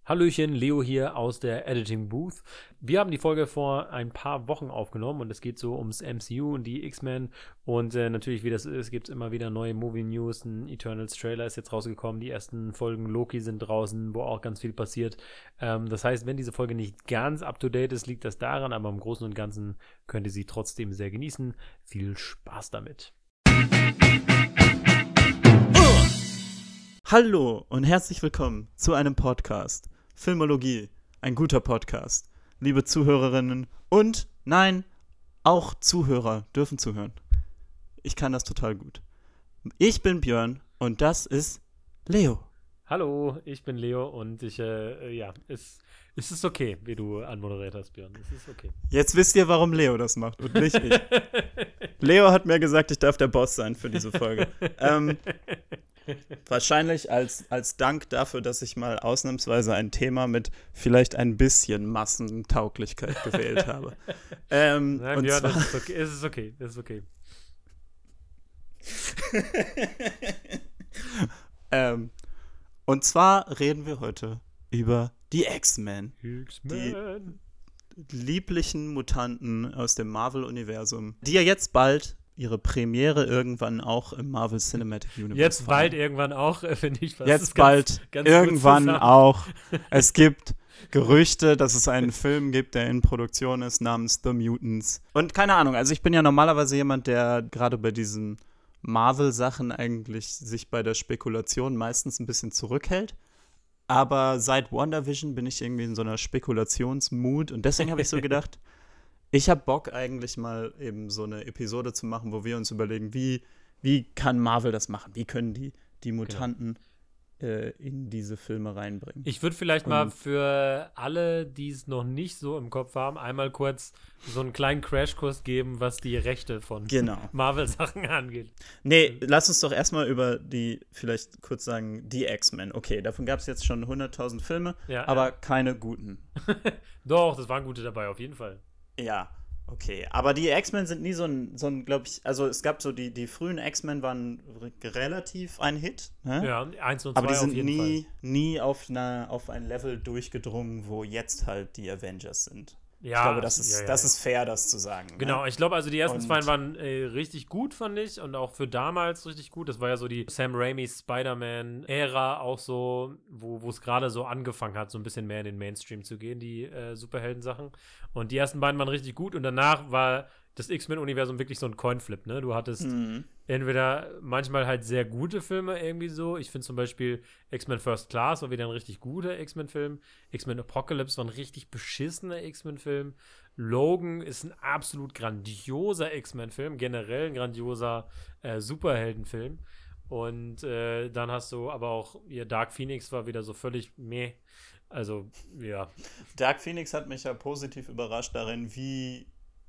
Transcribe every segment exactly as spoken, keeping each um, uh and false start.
Hallöchen, Leo hier aus der Editing Booth. Wir haben die Folge vor ein paar Wochen aufgenommen und es geht so ums M C U und die X-Men und äh, natürlich, wie das ist, gibt es immer wieder neue Movie-News. Ein Eternals-Trailer ist jetzt rausgekommen, die ersten Folgen Loki sind draußen, wo auch ganz viel passiert. Ähm, das heißt, wenn diese Folge nicht ganz up-to-date ist, liegt das daran, aber im Großen und Ganzen könnt ihr sie trotzdem sehr genießen. Viel Spaß damit. Hallo und herzlich willkommen zu einem Podcast. Filmologie, ein guter Podcast. Liebe Zuhörerinnen und, nein, auch Zuhörer dürfen zuhören. Ich kann das total gut. Ich bin Björn und das ist Leo. Hallo, ich bin Leo und ich, äh, ja, es, es ist okay, wie du anmoderiert hast, Björn. Es ist okay. Jetzt wisst ihr, warum Leo das macht und nicht ich. Leo hat mir gesagt, ich darf der Boss sein für diese Folge. ähm, wahrscheinlich als, als Dank dafür, dass ich mal ausnahmsweise ein Thema mit vielleicht ein bisschen Massentauglichkeit gewählt habe. Ähm, Nein, und Björn, zwar es ist okay, es ist okay, es ist okay. ähm, und zwar reden wir heute über die X-Men. X-Men. Die lieblichen Mutanten aus dem Marvel-Universum, die ja jetzt bald ihre Premiere irgendwann auch im Marvel Cinematic Universe Jetzt feiern. bald irgendwann auch, äh, finde ich. Jetzt bald ganz, ganz irgendwann auch. Es gibt Gerüchte, dass es einen Film gibt, der in Produktion ist, namens The Mutants. Und keine Ahnung, also ich bin ja normalerweise jemand, der gerade bei diesen Marvel-Sachen eigentlich sich bei der Spekulation meistens ein bisschen zurückhält. Aber seit WandaVision bin ich irgendwie in so einer Spekulationsmut und deswegen habe ich so gedacht, ich habe Bock eigentlich mal eben so eine Episode zu machen, wo wir uns überlegen, wie, wie kann Marvel das machen? Wie können die, die Mutanten genau. äh, in diese Filme reinbringen? Ich würde vielleicht und mal für alle, die es noch nicht so im Kopf haben, einmal kurz so einen kleinen Crashkurs geben, was die Rechte von genau. Marvel-Sachen angeht. Nee, lass uns doch erstmal über die, vielleicht kurz sagen, die X-Men. Okay, davon gab es jetzt schon hunderttausend Filme, ja, aber ja. keine guten. Doch, das waren gute dabei, auf jeden Fall. Ja, okay. Aber die X-Men sind nie so ein, so ein glaube ich, also es gab so, die, die frühen X-Men waren re- relativ ein Hit. Ne? Ja, eins und zwei aber die sind auf jeden nie, Fall. nie auf, eine, auf ein Level durchgedrungen, wo jetzt halt die Avengers sind. Ja, ich glaube, das ist, ja, ja, das ja. ist fair, das zu sagen. Genau, ne? ich glaube, also die ersten und zwei waren äh, richtig gut, fand ich. Und auch für damals richtig gut. Das war ja so die Sam Raimi Spider-Man-Ära auch so, wo es gerade so angefangen hat, so ein bisschen mehr in den Mainstream zu gehen, die äh, Superhelden-Sachen. Und die ersten beiden waren richtig gut. Und danach war das X-Men-Universum wirklich so ein Coinflip, ne? Du hattest mhm. entweder manchmal halt sehr gute Filme irgendwie so. Ich finde zum Beispiel X-Men First Class war wieder ein richtig guter X-Men-Film. X-Men Apocalypse war ein richtig beschissener X-Men-Film. Logan ist ein absolut grandioser X-Men-Film, generell ein grandioser äh, Superheldenfilm. Und äh, dann hast du aber auch, ihr Dark Phoenix war wieder so völlig meh. Also, ja. Dark Phoenix hat mich ja positiv überrascht darin, wie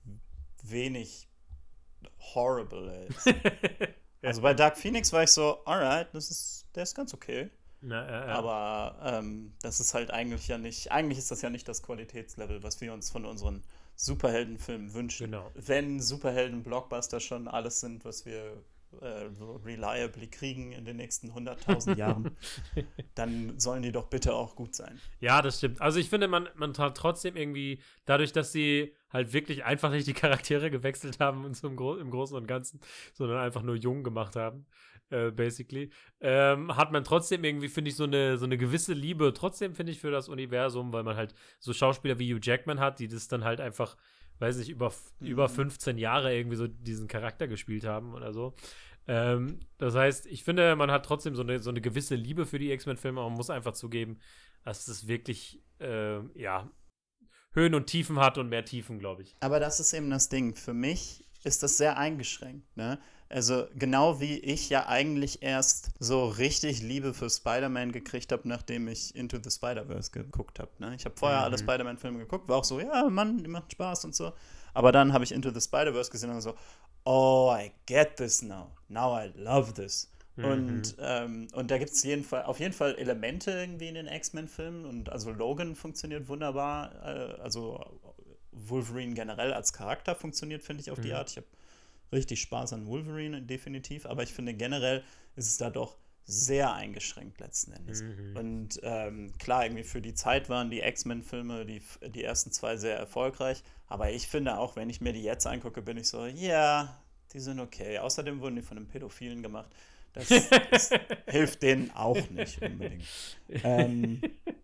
wenig horrible er ist. Also bei Dark Phoenix war ich so, alright, das ist, der ist ganz okay. Na, äh, äh. Aber ähm, das ist halt eigentlich ja nicht, eigentlich ist das ja nicht das Qualitätslevel, was wir uns von unseren Superheldenfilmen wünschen. Genau. Wenn Superhelden-Blockbuster schon alles sind, was wir äh, so reliably kriegen in den nächsten hunderttausend Jahren, dann sollen die doch bitte auch gut sein. Ja, das stimmt. Also ich finde, man, man hat trotzdem irgendwie, dadurch, dass sie halt wirklich einfach nicht die Charaktere gewechselt haben und so im, Gro- im Großen und Ganzen, sondern einfach nur jung gemacht haben, äh, basically, ähm, hat man trotzdem irgendwie, finde ich, so eine, so eine gewisse Liebe, trotzdem, finde ich, für das Universum, weil man halt so Schauspieler wie Hugh Jackman hat, die das dann halt einfach, weiß nicht, über, mhm. über fünfzehn Jahre irgendwie so diesen Charakter gespielt haben oder so. Ähm, das heißt, ich finde, man hat trotzdem so eine, so eine gewisse Liebe für die X-Men-Filme, man muss einfach zugeben, dass es wirklich, äh, ja, Höhen und Tiefen hat und mehr Tiefen, glaube ich. Aber das ist eben das Ding. Für mich ist das sehr eingeschränkt, ne? Also genau wie ich ja eigentlich erst so richtig Liebe für Spider-Man gekriegt habe, nachdem ich Into the Spider-Verse geguckt habe, ne? Ich habe vorher Mhm. alle Spider-Man-Filme geguckt, war auch so, ja, Mann, die macht Spaß und so. Aber dann habe ich Into the Spider-Verse gesehen und so, oh, I get this now. Now I love this. Mhm. Und, ähm, und da gibt es jeden Fall, auf jeden Fall Elemente irgendwie in den X-Men-Filmen. Und also Logan funktioniert wunderbar. Äh, also Wolverine generell als Charakter funktioniert, finde ich, auf die Mhm. Art. Ich habe richtig Spaß an Wolverine, definitiv. Aber ich finde generell ist es da doch sehr eingeschränkt letzten Endes. Mhm. Und ähm, klar, irgendwie für die Zeit waren die X-Men-Filme, die, die ersten zwei, sehr erfolgreich. Aber ich finde auch, wenn ich mir die jetzt angucke, bin ich so, ja, die sind okay. Außerdem wurden die von einem Pädophilen gemacht. Das, das hilft denen auch nicht unbedingt. Ähm,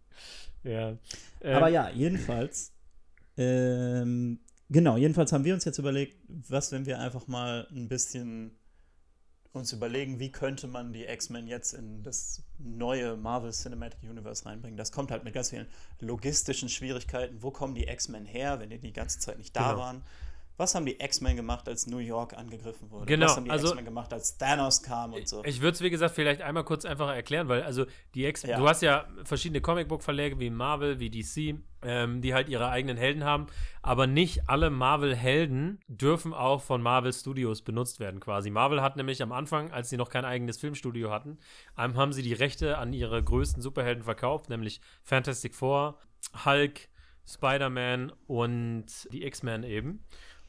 ja. Aber Ähm, ja, jedenfalls, ähm, genau, jedenfalls haben wir uns jetzt überlegt, Was, wenn wir einfach mal ein bisschen uns überlegen, wie könnte man die X-Men jetzt in das neue Marvel Cinematic Universe reinbringen? Das kommt halt mit ganz vielen logistischen Schwierigkeiten. Wo kommen die X-Men her, wenn die die ganze Zeit nicht da Genau. waren? Was haben die X-Men gemacht, als New York angegriffen wurde? Genau, Was haben die also- X-Men gemacht, als Thanos kam und so? Ich würde es, wie gesagt, vielleicht einmal kurz einfach erklären, weil, also, die Ex Ja. du hast ja verschiedene Comicbook-Verläge wie Marvel, wie D C, ähm, die halt ihre eigenen Helden haben, aber nicht alle Marvel-Helden dürfen auch von Marvel Studios benutzt werden, quasi. Marvel hat nämlich am Anfang, als sie noch kein eigenes Filmstudio hatten, ähm, haben sie die Rechte an ihre größten Superhelden verkauft, nämlich Fantastic Four, Hulk, Spider-Man und die X-Men eben.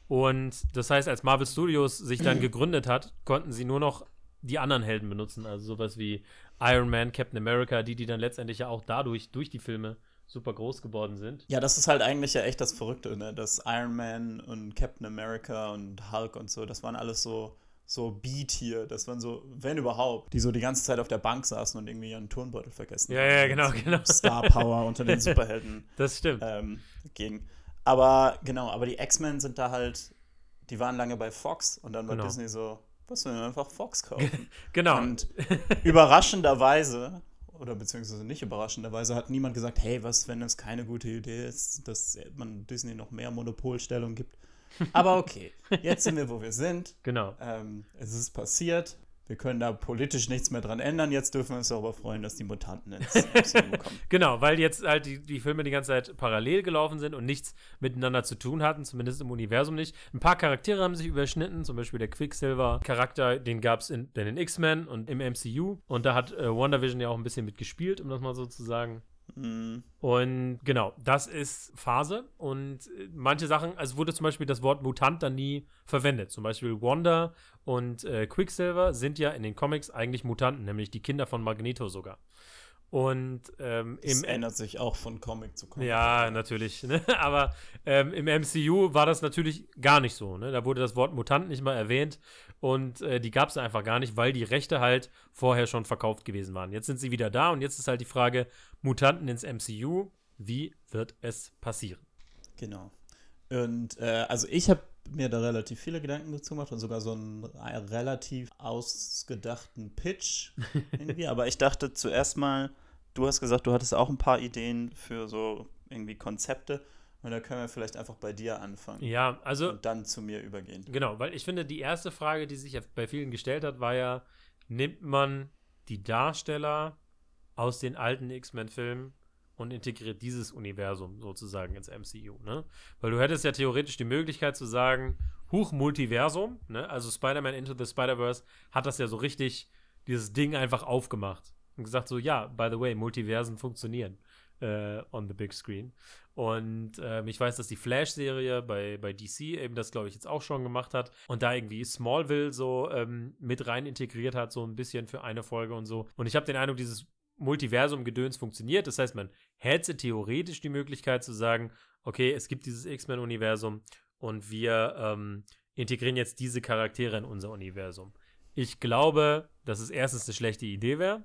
Und das heißt, als Marvel Studios sich dann gegründet hat, konnten sie nur noch die anderen Helden benutzen. Also sowas wie Iron Man, Captain America, die, die dann letztendlich ja auch dadurch, durch die Filme, super groß geworden sind. Ja, das ist halt eigentlich ja echt das Verrückte, ne? Dass Iron Man und Captain America und Hulk und so, das waren alles so, so B-Tier. Das waren so, wenn überhaupt, die so die ganze Zeit auf der Bank saßen und irgendwie ihren Turnbeutel vergessen Ja, haben. ja, Und genau, so genau. Star Power unter den Superhelden Das stimmt. ähm, ging. Aber genau, aber die X-Men sind da halt, die waren lange bei Fox und dann war Genau. Disney so, was, wenn wir einfach Fox kaufen? Genau. Und überraschenderweise, oder beziehungsweise nicht überraschenderweise, hat niemand gesagt, hey, was, wenn das keine gute Idee ist, dass man Disney noch mehr Monopolstellung gibt. Aber okay, jetzt sind wir, wo wir sind. Genau. Ähm, es ist passiert. Wir können da politisch nichts mehr dran ändern. Jetzt dürfen wir uns darüber freuen, dass die Mutanten ins M C U kommen. Genau, weil jetzt halt die, die Filme die ganze Zeit parallel gelaufen sind und nichts miteinander zu tun hatten, zumindest im Universum nicht. Ein paar Charaktere haben sich überschnitten, zum Beispiel der Quicksilver-Charakter, den gab es in, in den X-Men und im M C U. Und da hat äh, WandaVision ja auch ein bisschen mitgespielt, um das mal so zu sagen. Mm, Und genau, das ist Phase. Und äh, manche Sachen, also wurde zum Beispiel das Wort Mutant dann nie verwendet. Zum Beispiel Wanda und äh, Quicksilver sind ja in den Comics eigentlich Mutanten, nämlich die Kinder von Magneto sogar. Und ähm, das im ändert sich auch von Comic zu Comic. ja, natürlich. Ne? Aber ähm, im M C U war das natürlich gar nicht so. Ne? Da wurde das Wort Mutant nicht mal erwähnt und äh, die gab es einfach gar nicht, weil die Rechte halt vorher schon verkauft gewesen waren. Jetzt sind sie wieder da und jetzt ist halt die Frage, Mutanten ins M C U, wie wird es passieren? Genau. Und äh, also ich habe mir da relativ viele Gedanken dazu gemacht und sogar so einen relativ ausgedachten Pitch irgendwie. Aber ich dachte zuerst mal, du hast gesagt, du hattest auch ein paar Ideen für so irgendwie Konzepte. Und da können wir vielleicht einfach bei dir anfangen Ja, also und dann zu mir übergehen. genau, weil ich finde, die erste Frage, die sich ja bei vielen gestellt hat, war ja, nimmt man die Darsteller aus den alten X-Men-Filmen und integriert dieses Universum sozusagen ins M C U, ne? Weil du hättest ja theoretisch die Möglichkeit zu sagen, huch, Multiversum, ne? Also Spider-Man Into the Spider-Verse hat das ja so richtig, dieses Ding einfach aufgemacht und gesagt so, ja, by the way, Multiversen funktionieren äh, on the big screen. Und ähm, ich weiß, dass die Flash-Serie bei, bei D C eben das, glaube ich, jetzt auch schon gemacht hat und da irgendwie Smallville so ähm, mit rein integriert hat, so ein bisschen für eine Folge und so. Und ich habe den Eindruck, dieses Multiversum-Gedöns funktioniert. Das heißt, man hätte theoretisch die Möglichkeit zu sagen, okay, es gibt dieses X-Men-Universum und wir ähm, integrieren jetzt diese Charaktere in unser Universum. Ich glaube, dass es erstens eine schlechte Idee wäre,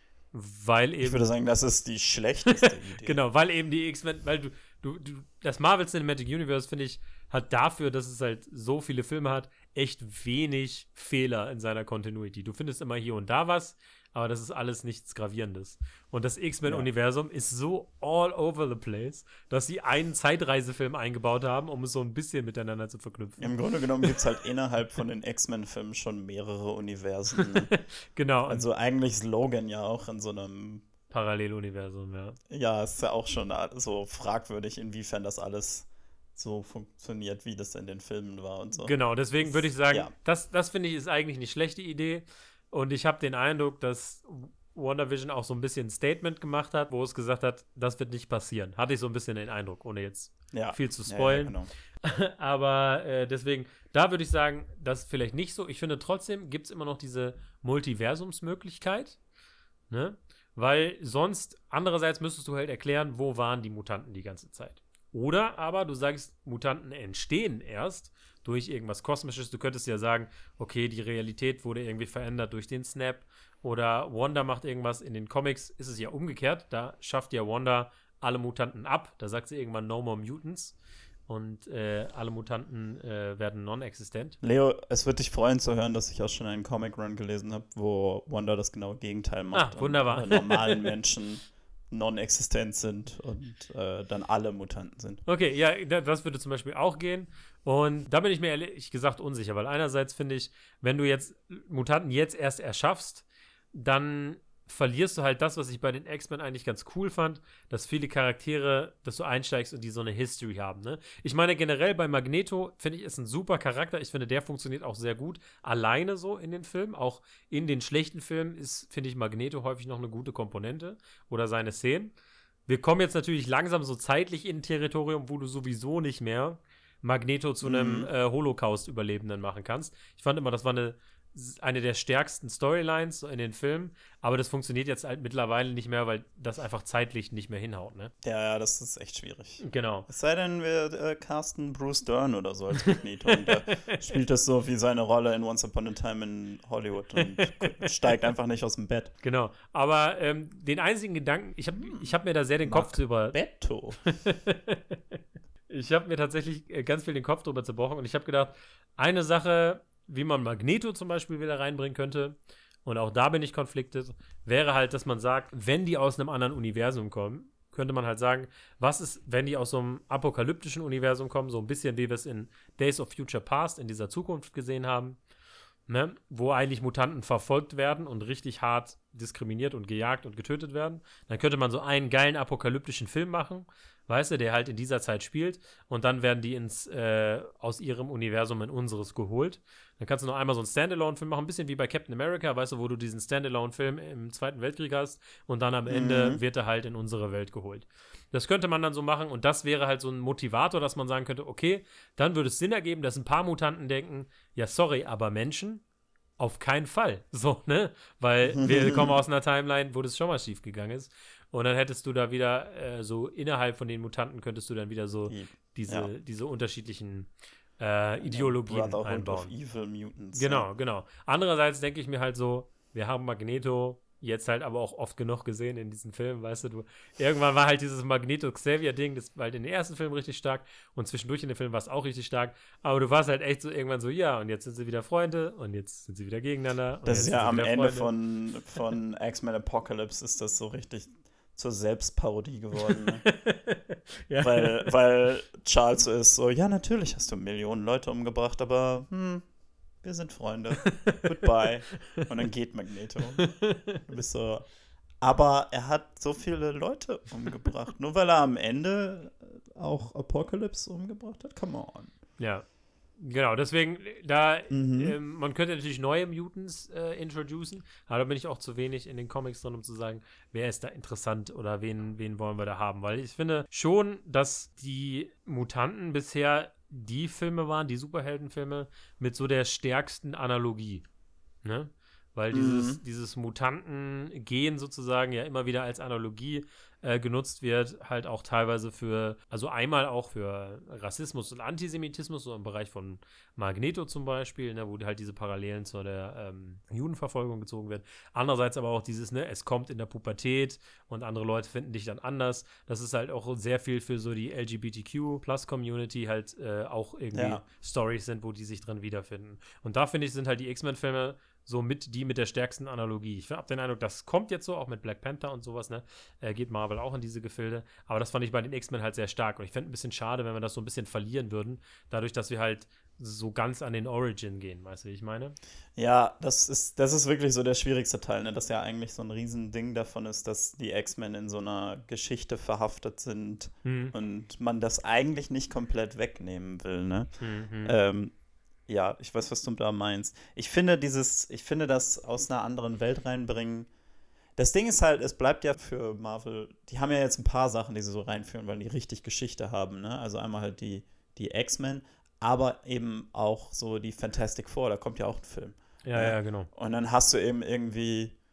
weil eben Ich würde sagen, das ist die schlechteste Idee. genau, weil eben die X-Men, weil du, du, du, das Marvel Cinematic Universe, finde ich, hat dafür, dass es halt so viele Filme hat, echt wenig Fehler in seiner Continuity. Du findest immer hier und da was, aber das ist alles nichts Gravierendes. Und das X-Men-Universum ist so all over the place, dass sie einen Zeitreisefilm eingebaut haben, um es so ein bisschen miteinander zu verknüpfen. Im Grunde genommen gibt es halt innerhalb von den X-Men-Filmen schon mehrere Universen. Ne? Genau, Also eigentlich ist Logan ja auch in so einem, Paralleluniversum, ja. ja, ist ja auch schon so fragwürdig, inwiefern das alles so funktioniert, wie das in den Filmen war und so. Genau, deswegen würde ich sagen, Ja. das, das finde ich ist eigentlich eine schlechte Idee. Und ich habe den Eindruck, dass WandaVision auch so ein bisschen ein Statement gemacht hat, wo es gesagt hat, das wird nicht passieren. Hatte ich so ein bisschen den Eindruck, ohne jetzt Ja. viel zu Ja, ja, spoilen. genau. Aber äh, deswegen, da würde ich sagen, das ist vielleicht nicht so. Ich finde trotzdem gibt es immer noch diese Multiversumsmöglichkeit. Ne? Weil sonst, andererseits müsstest du halt erklären, wo waren die Mutanten die ganze Zeit. Oder aber du sagst, Mutanten entstehen erst durch irgendwas Kosmisches. Du könntest ja sagen, okay, die Realität wurde irgendwie verändert durch den Snap. Oder Wanda macht irgendwas. In den Comics ist es ja umgekehrt. Da schafft ja Wanda alle Mutanten ab. Da sagt sie irgendwann No More Mutants. Und äh, alle Mutanten äh, werden non-existent. Leo, es wird dich freuen zu hören, dass ich auch schon einen Comic-Run gelesen habe, wo Wanda das genaue Gegenteil macht. Ah, wunderbar. Und, äh, normalen Menschen non-existent sind und äh, dann alle Mutanten sind. Okay, ja, das würde zum Beispiel auch gehen. Und da bin ich mir ehrlich gesagt unsicher, weil einerseits finde ich, wenn du jetzt Mutanten jetzt erst erschaffst, dann verlierst du halt das, was ich bei den X-Men eigentlich ganz cool fand, dass viele Charaktere, dass du einsteigst und die so eine History haben, ne? Ich meine, generell bei Magneto, finde ich, ist ein super Charakter. Ich finde, der funktioniert auch sehr gut alleine so in den Filmen. Auch in den schlechten Filmen ist, finde ich, Magneto häufig noch eine gute Komponente oder seine Szenen. Wir kommen jetzt natürlich langsam so zeitlich in ein Territorium, wo du sowieso nicht mehr Magneto zu einem mhm. äh, Holocaust-Überlebenden machen kannst. Ich fand immer, das war eine eine der stärksten Storylines in den Filmen, aber das funktioniert jetzt halt mittlerweile nicht mehr, weil das einfach zeitlich nicht mehr hinhaut, ne? Ja, ja, das ist echt schwierig. Genau. Es sei denn, wir äh, casten Bruce Dern oder so als Magneto und der spielt das so wie seine Rolle in Once Upon a Time in Hollywood und steigt einfach nicht aus dem Bett. Genau, aber ähm, den einzigen Gedanken, ich habe ich hab mir da sehr den Mark Kopf drüber... Betto. Ich habe mir tatsächlich äh, ganz viel den Kopf drüber zerbrochen und ich habe gedacht, eine Sache, wie man Magneto zum Beispiel wieder reinbringen könnte, und auch da bin ich konfliktet, wäre halt, dass man sagt, wenn die aus einem anderen Universum kommen, könnte man halt sagen, was ist, wenn die aus so einem apokalyptischen Universum kommen, so ein bisschen wie wir es in Days of Future Past in dieser Zukunft gesehen haben, ne, wo eigentlich Mutanten verfolgt werden und richtig hart diskriminiert und gejagt und getötet werden, dann könnte man so einen geilen apokalyptischen Film machen, weißt du, der halt in dieser Zeit spielt und dann werden die ins, äh, aus ihrem Universum in unseres geholt. Dann kannst du noch einmal so einen Standalone-Film machen, ein bisschen wie bei Captain America, weißt du, wo du diesen Standalone-Film im Zweiten Weltkrieg hast und dann am Ende Mhm. wird er halt in unsere Welt geholt. Das könnte man dann so machen und das wäre halt so ein Motivator, dass man sagen könnte, okay, dann würde es Sinn ergeben, dass ein paar Mutanten denken, ja sorry, aber Menschen? Auf keinen Fall. So, ne? Weil wir kommen aus einer Timeline, wo das schon mal schief gegangen ist. Und dann hättest du da wieder äh, so innerhalb von den Mutanten könntest du dann wieder so Die- diese, ja. diese unterschiedlichen äh, Ideologien Brotherhood einbauen. of Evil Mutants. Genau, Ja. genau. Andererseits denke ich mir halt so, wir haben Magneto jetzt halt aber auch oft genug gesehen in diesen Filmen, weißt du, du irgendwann war halt dieses Magneto-Xavier-Ding, das war halt in den ersten Filmen richtig stark und zwischendurch in den Filmen war es auch richtig stark, aber du warst halt echt so irgendwann so, ja, und jetzt sind sie wieder Freunde und jetzt sind sie wieder gegeneinander. Und Das jetzt ist ja sind am sie wieder Ende Freunde. von, von X-Men Apocalypse ist das so richtig zur Selbstparodie geworden. Ne? Ja. weil, weil Charles so ist so, ja, natürlich hast du Millionen Leute umgebracht, aber hm, wir sind Freunde. Goodbye. Und dann geht Magneto. Du bist so, aber er hat so viele Leute umgebracht. Nur weil er am Ende auch Apocalypse umgebracht hat? Come on. Ja, genau, deswegen, da, Mhm. ähm, man könnte natürlich neue Mutants äh, introducen, aber da bin ich auch zu wenig in den Comics drin, um zu sagen, wer ist da interessant oder wen, wen wollen wir da haben, weil ich finde schon, dass die Mutanten bisher die Filme waren, die Superheldenfilme, mit so der stärksten Analogie, ne? Weil dieses, Mhm. dieses Mutanten-Gen sozusagen ja immer wieder als Analogie äh, genutzt wird, halt auch teilweise für, also einmal auch für Rassismus und Antisemitismus, so im Bereich von Magneto zum Beispiel, ne, wo halt diese Parallelen zu der ähm, Judenverfolgung gezogen werden. Andererseits aber auch dieses, ne, es kommt in der Pubertät und andere Leute finden dich dann anders. Das ist halt auch sehr viel für so die L G B T Q-Plus-Community halt äh, auch irgendwie Ja. Storys sind, wo die sich drin wiederfinden. Und da finde ich, sind halt die X-Men-Filme so mit die mit der stärksten Analogie. Ich habe den Eindruck, das kommt jetzt so, auch mit Black Panther und sowas, ne? Äh, geht Marvel auch in diese Gefilde. Aber das fand ich bei den X-Men halt sehr stark. Und ich fände ein bisschen schade, wenn wir das so ein bisschen verlieren würden, dadurch, dass wir halt so ganz an den Origin gehen, weißt du, wie ich meine? Ja, das ist, das ist wirklich so der schwierigste Teil, ne? Dass ja eigentlich so ein Riesending davon ist, dass die X-Men in so einer Geschichte verhaftet sind Hm. und man das eigentlich nicht komplett wegnehmen will, ne? Hm, hm. Ähm, ja, ich weiß, was du da meinst. Ich finde dieses, ich finde das aus einer anderen Welt reinbringen. Das Ding ist halt, es bleibt ja für Marvel, die haben ja jetzt ein paar Sachen, die sie so reinführen, weil die richtig Geschichte haben, ne? Also einmal halt die, die X-Men, aber eben auch so die Fantastic Four, da kommt ja auch ein Film. Ja, Ja. ja, genau. Und dann hast du eben irgendwie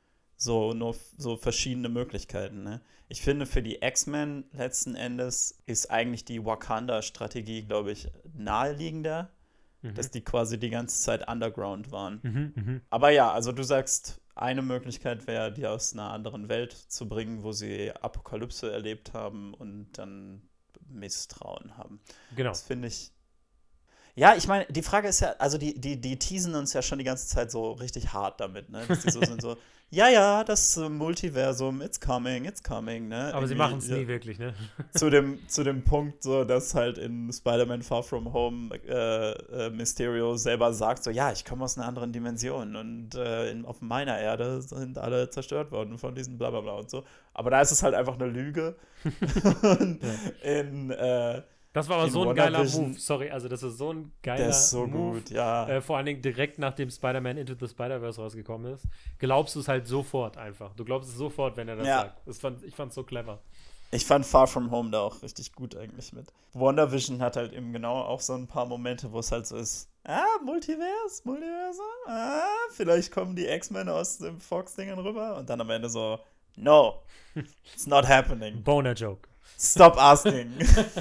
so nur so verschiedene Möglichkeiten. Ne? Ich finde, für die X-Men letzten Endes ist eigentlich die Wakanda-Strategie, glaube ich, naheliegender, mhm. dass die quasi die ganze Zeit underground waren. Mhm, mh. Aber ja, also du sagst, eine Möglichkeit wäre, die aus einer anderen Welt zu bringen, wo sie Apokalypse erlebt haben und dann Misstrauen haben. Genau. Das finde ich. Ja, ich meine, die Frage ist ja, also die, die, die teasen uns ja schon die ganze Zeit so richtig hart damit, ne? Dass die so sind so, ja, ja, das äh, Multiversum, it's coming, it's coming, ne? Aber sie Irgendwie, machen es ja, nie wirklich, ne? Zu dem, zu dem Punkt, so, dass halt in Spider-Man Far From Home äh, äh, Mysterio selber sagt, so, ja, ich komme aus einer anderen Dimension und äh, in, auf meiner Erde sind alle zerstört worden von diesen Blablabla und so. Aber da ist es halt einfach eine Lüge. Und ja. in äh, Das war aber in so ein geiler WandaVision, Move, sorry, also das ist so ein geiler der ist so Move. gut, ja. Äh, vor allen Dingen direkt nachdem Spider-Man Into the Spider-Verse rausgekommen ist, glaubst du es halt sofort einfach. Du glaubst es sofort, wenn er das Ja. sagt. Das fand, ich fand es so clever. Ich fand Far From Home da auch richtig gut eigentlich mit. WandaVision hat halt eben genau auch so ein paar Momente, wo es halt so ist, ah, Multiverse, Multiversum, ah, vielleicht kommen die X-Men aus dem Fox-Dingen rüber und dann am Ende so, no, it's not happening. Boner-Joke. Stop asking.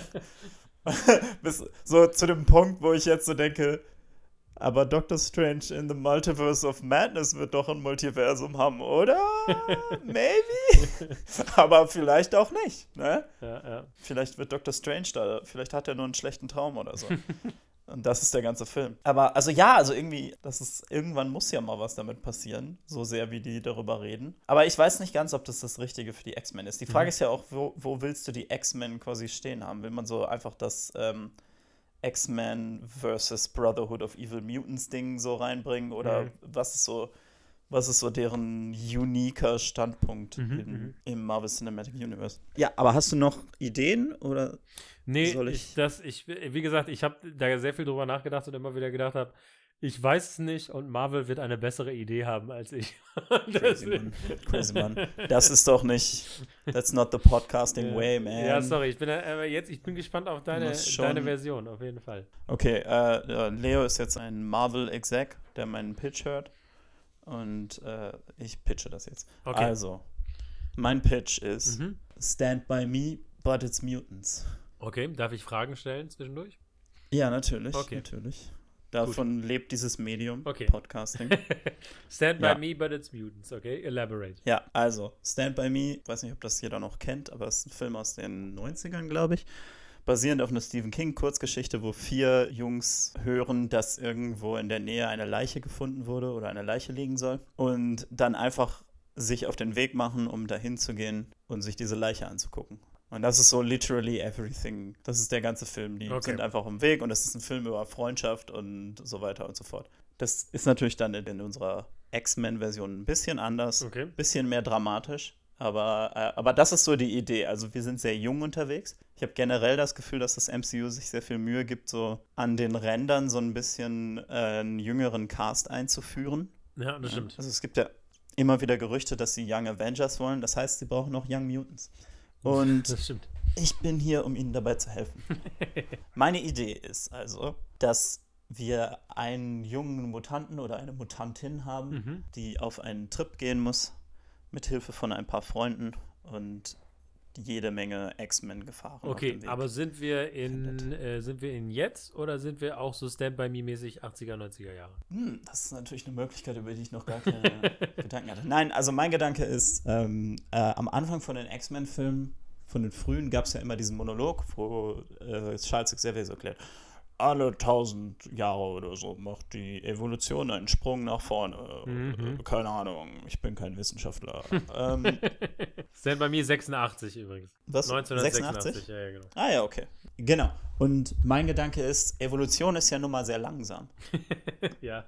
Bis so zu dem Punkt, wo ich jetzt so denke, aber Doctor Strange in the Multiverse of Madness wird doch ein Multiversum haben, oder? Maybe? Aber vielleicht auch nicht, ne? Ja, ja. Vielleicht wird Doctor Strange da, vielleicht hat er nur einen schlechten Traum oder so. Und das ist der ganze Film. Aber also ja, also irgendwie, das ist, irgendwann muss ja mal was damit passieren, so sehr wie die darüber reden. Aber ich weiß nicht ganz, ob das das Richtige für die X-Men ist. Die Frage Mhm. ist ja auch, wo, wo willst du die X-Men quasi stehen haben? Will man so einfach das ähm, X-Men versus Brotherhood of Evil Mutants Ding so reinbringen? Oder Mhm. was ist so, was ist so deren uniker Standpunkt Mhm, in, mhm. im Marvel Cinematic Universe? Ja, aber hast du noch Ideen oder? Nee, Soll ich, ich- das, ich, wie gesagt, ich habe da sehr viel drüber nachgedacht und immer wieder gedacht habe, ich weiß es nicht und Marvel wird eine bessere Idee haben als ich. Crazy Deswegen- man. Crazy man. Das ist doch nicht, that's not the podcasting Ja. way, man. Ja, sorry, ich bin äh, aber jetzt, ich bin gespannt auf deine, Muss schon- deine Version, auf jeden Fall. Okay, äh, äh, Leo ist jetzt ein Marvel-Exec, der meinen Pitch hört. Und äh, ich pitche das jetzt. Okay. Also, mein Pitch ist Mhm. Stand by me, but it's mutants. Okay, darf ich Fragen stellen zwischendurch? Ja, natürlich, Okay. natürlich. Davon lebt dieses Medium, Okay. Podcasting. Stand by Ja. me, but it's mutants, okay? Elaborate. Ja, also, Stand By Me, ich weiß nicht, ob das jeder noch kennt, aber es ist ein Film aus den neunzigern, glaube ich. Basierend auf einer Stephen King-Kurzgeschichte, wo vier Jungs hören, dass irgendwo in der Nähe eine Leiche gefunden wurde oder eine Leiche liegen soll. Und dann einfach sich auf den Weg machen, um dahin zu gehen und sich diese Leiche anzugucken. Und das ist so literally everything. Das ist der ganze Film. Die Okay. sind einfach im Weg und es ist ein Film über Freundschaft und so weiter und so fort. Das ist natürlich dann in, in unserer X-Men-Version ein bisschen anders, Okay. ein bisschen mehr dramatisch. Aber, äh, aber das ist so die Idee. Also wir sind sehr jung unterwegs. Ich habe generell das Gefühl, dass das M C U sich sehr viel Mühe gibt, so an den Rändern so ein bisschen äh, einen jüngeren Cast einzuführen. Ja, das stimmt. Also es gibt ja immer wieder Gerüchte, dass sie Young Avengers wollen. Das heißt, sie brauchen noch Young Mutants. Und Das stimmt. ich bin hier, um ihnen dabei zu helfen. Meine Idee ist also, dass wir einen jungen Mutanten oder eine Mutantin haben, Mhm. die auf einen Trip gehen muss, mit Hilfe von ein paar Freunden und jede Menge X-Men-Gefahren auf Okay, dem Weg. aber sind wir in äh, sind wir in jetzt oder sind wir auch so Stand by Me mäßig achtziger, neunziger Jahre? Hm, das ist natürlich eine Möglichkeit, über die ich noch gar keine Gedanken hatte. Nein, also mein Gedanke ist, ähm, äh, am Anfang von den X-Men-Filmen, von den frühen, gab es ja immer diesen Monolog, wo äh, Charles Xavier so erklärt, alle tausend Jahre oder so macht die Evolution einen Sprung nach vorne. Mhm. Äh, Keine Ahnung, ich bin kein Wissenschaftler. ähm, Stand by Me sechsundachtzig übrigens. was? neunzehnhundertsechsundachtzig, ja, ja, genau. Ah ja, okay. Genau. Und mein Gedanke ist, Evolution ist ja nun mal sehr langsam. Ja.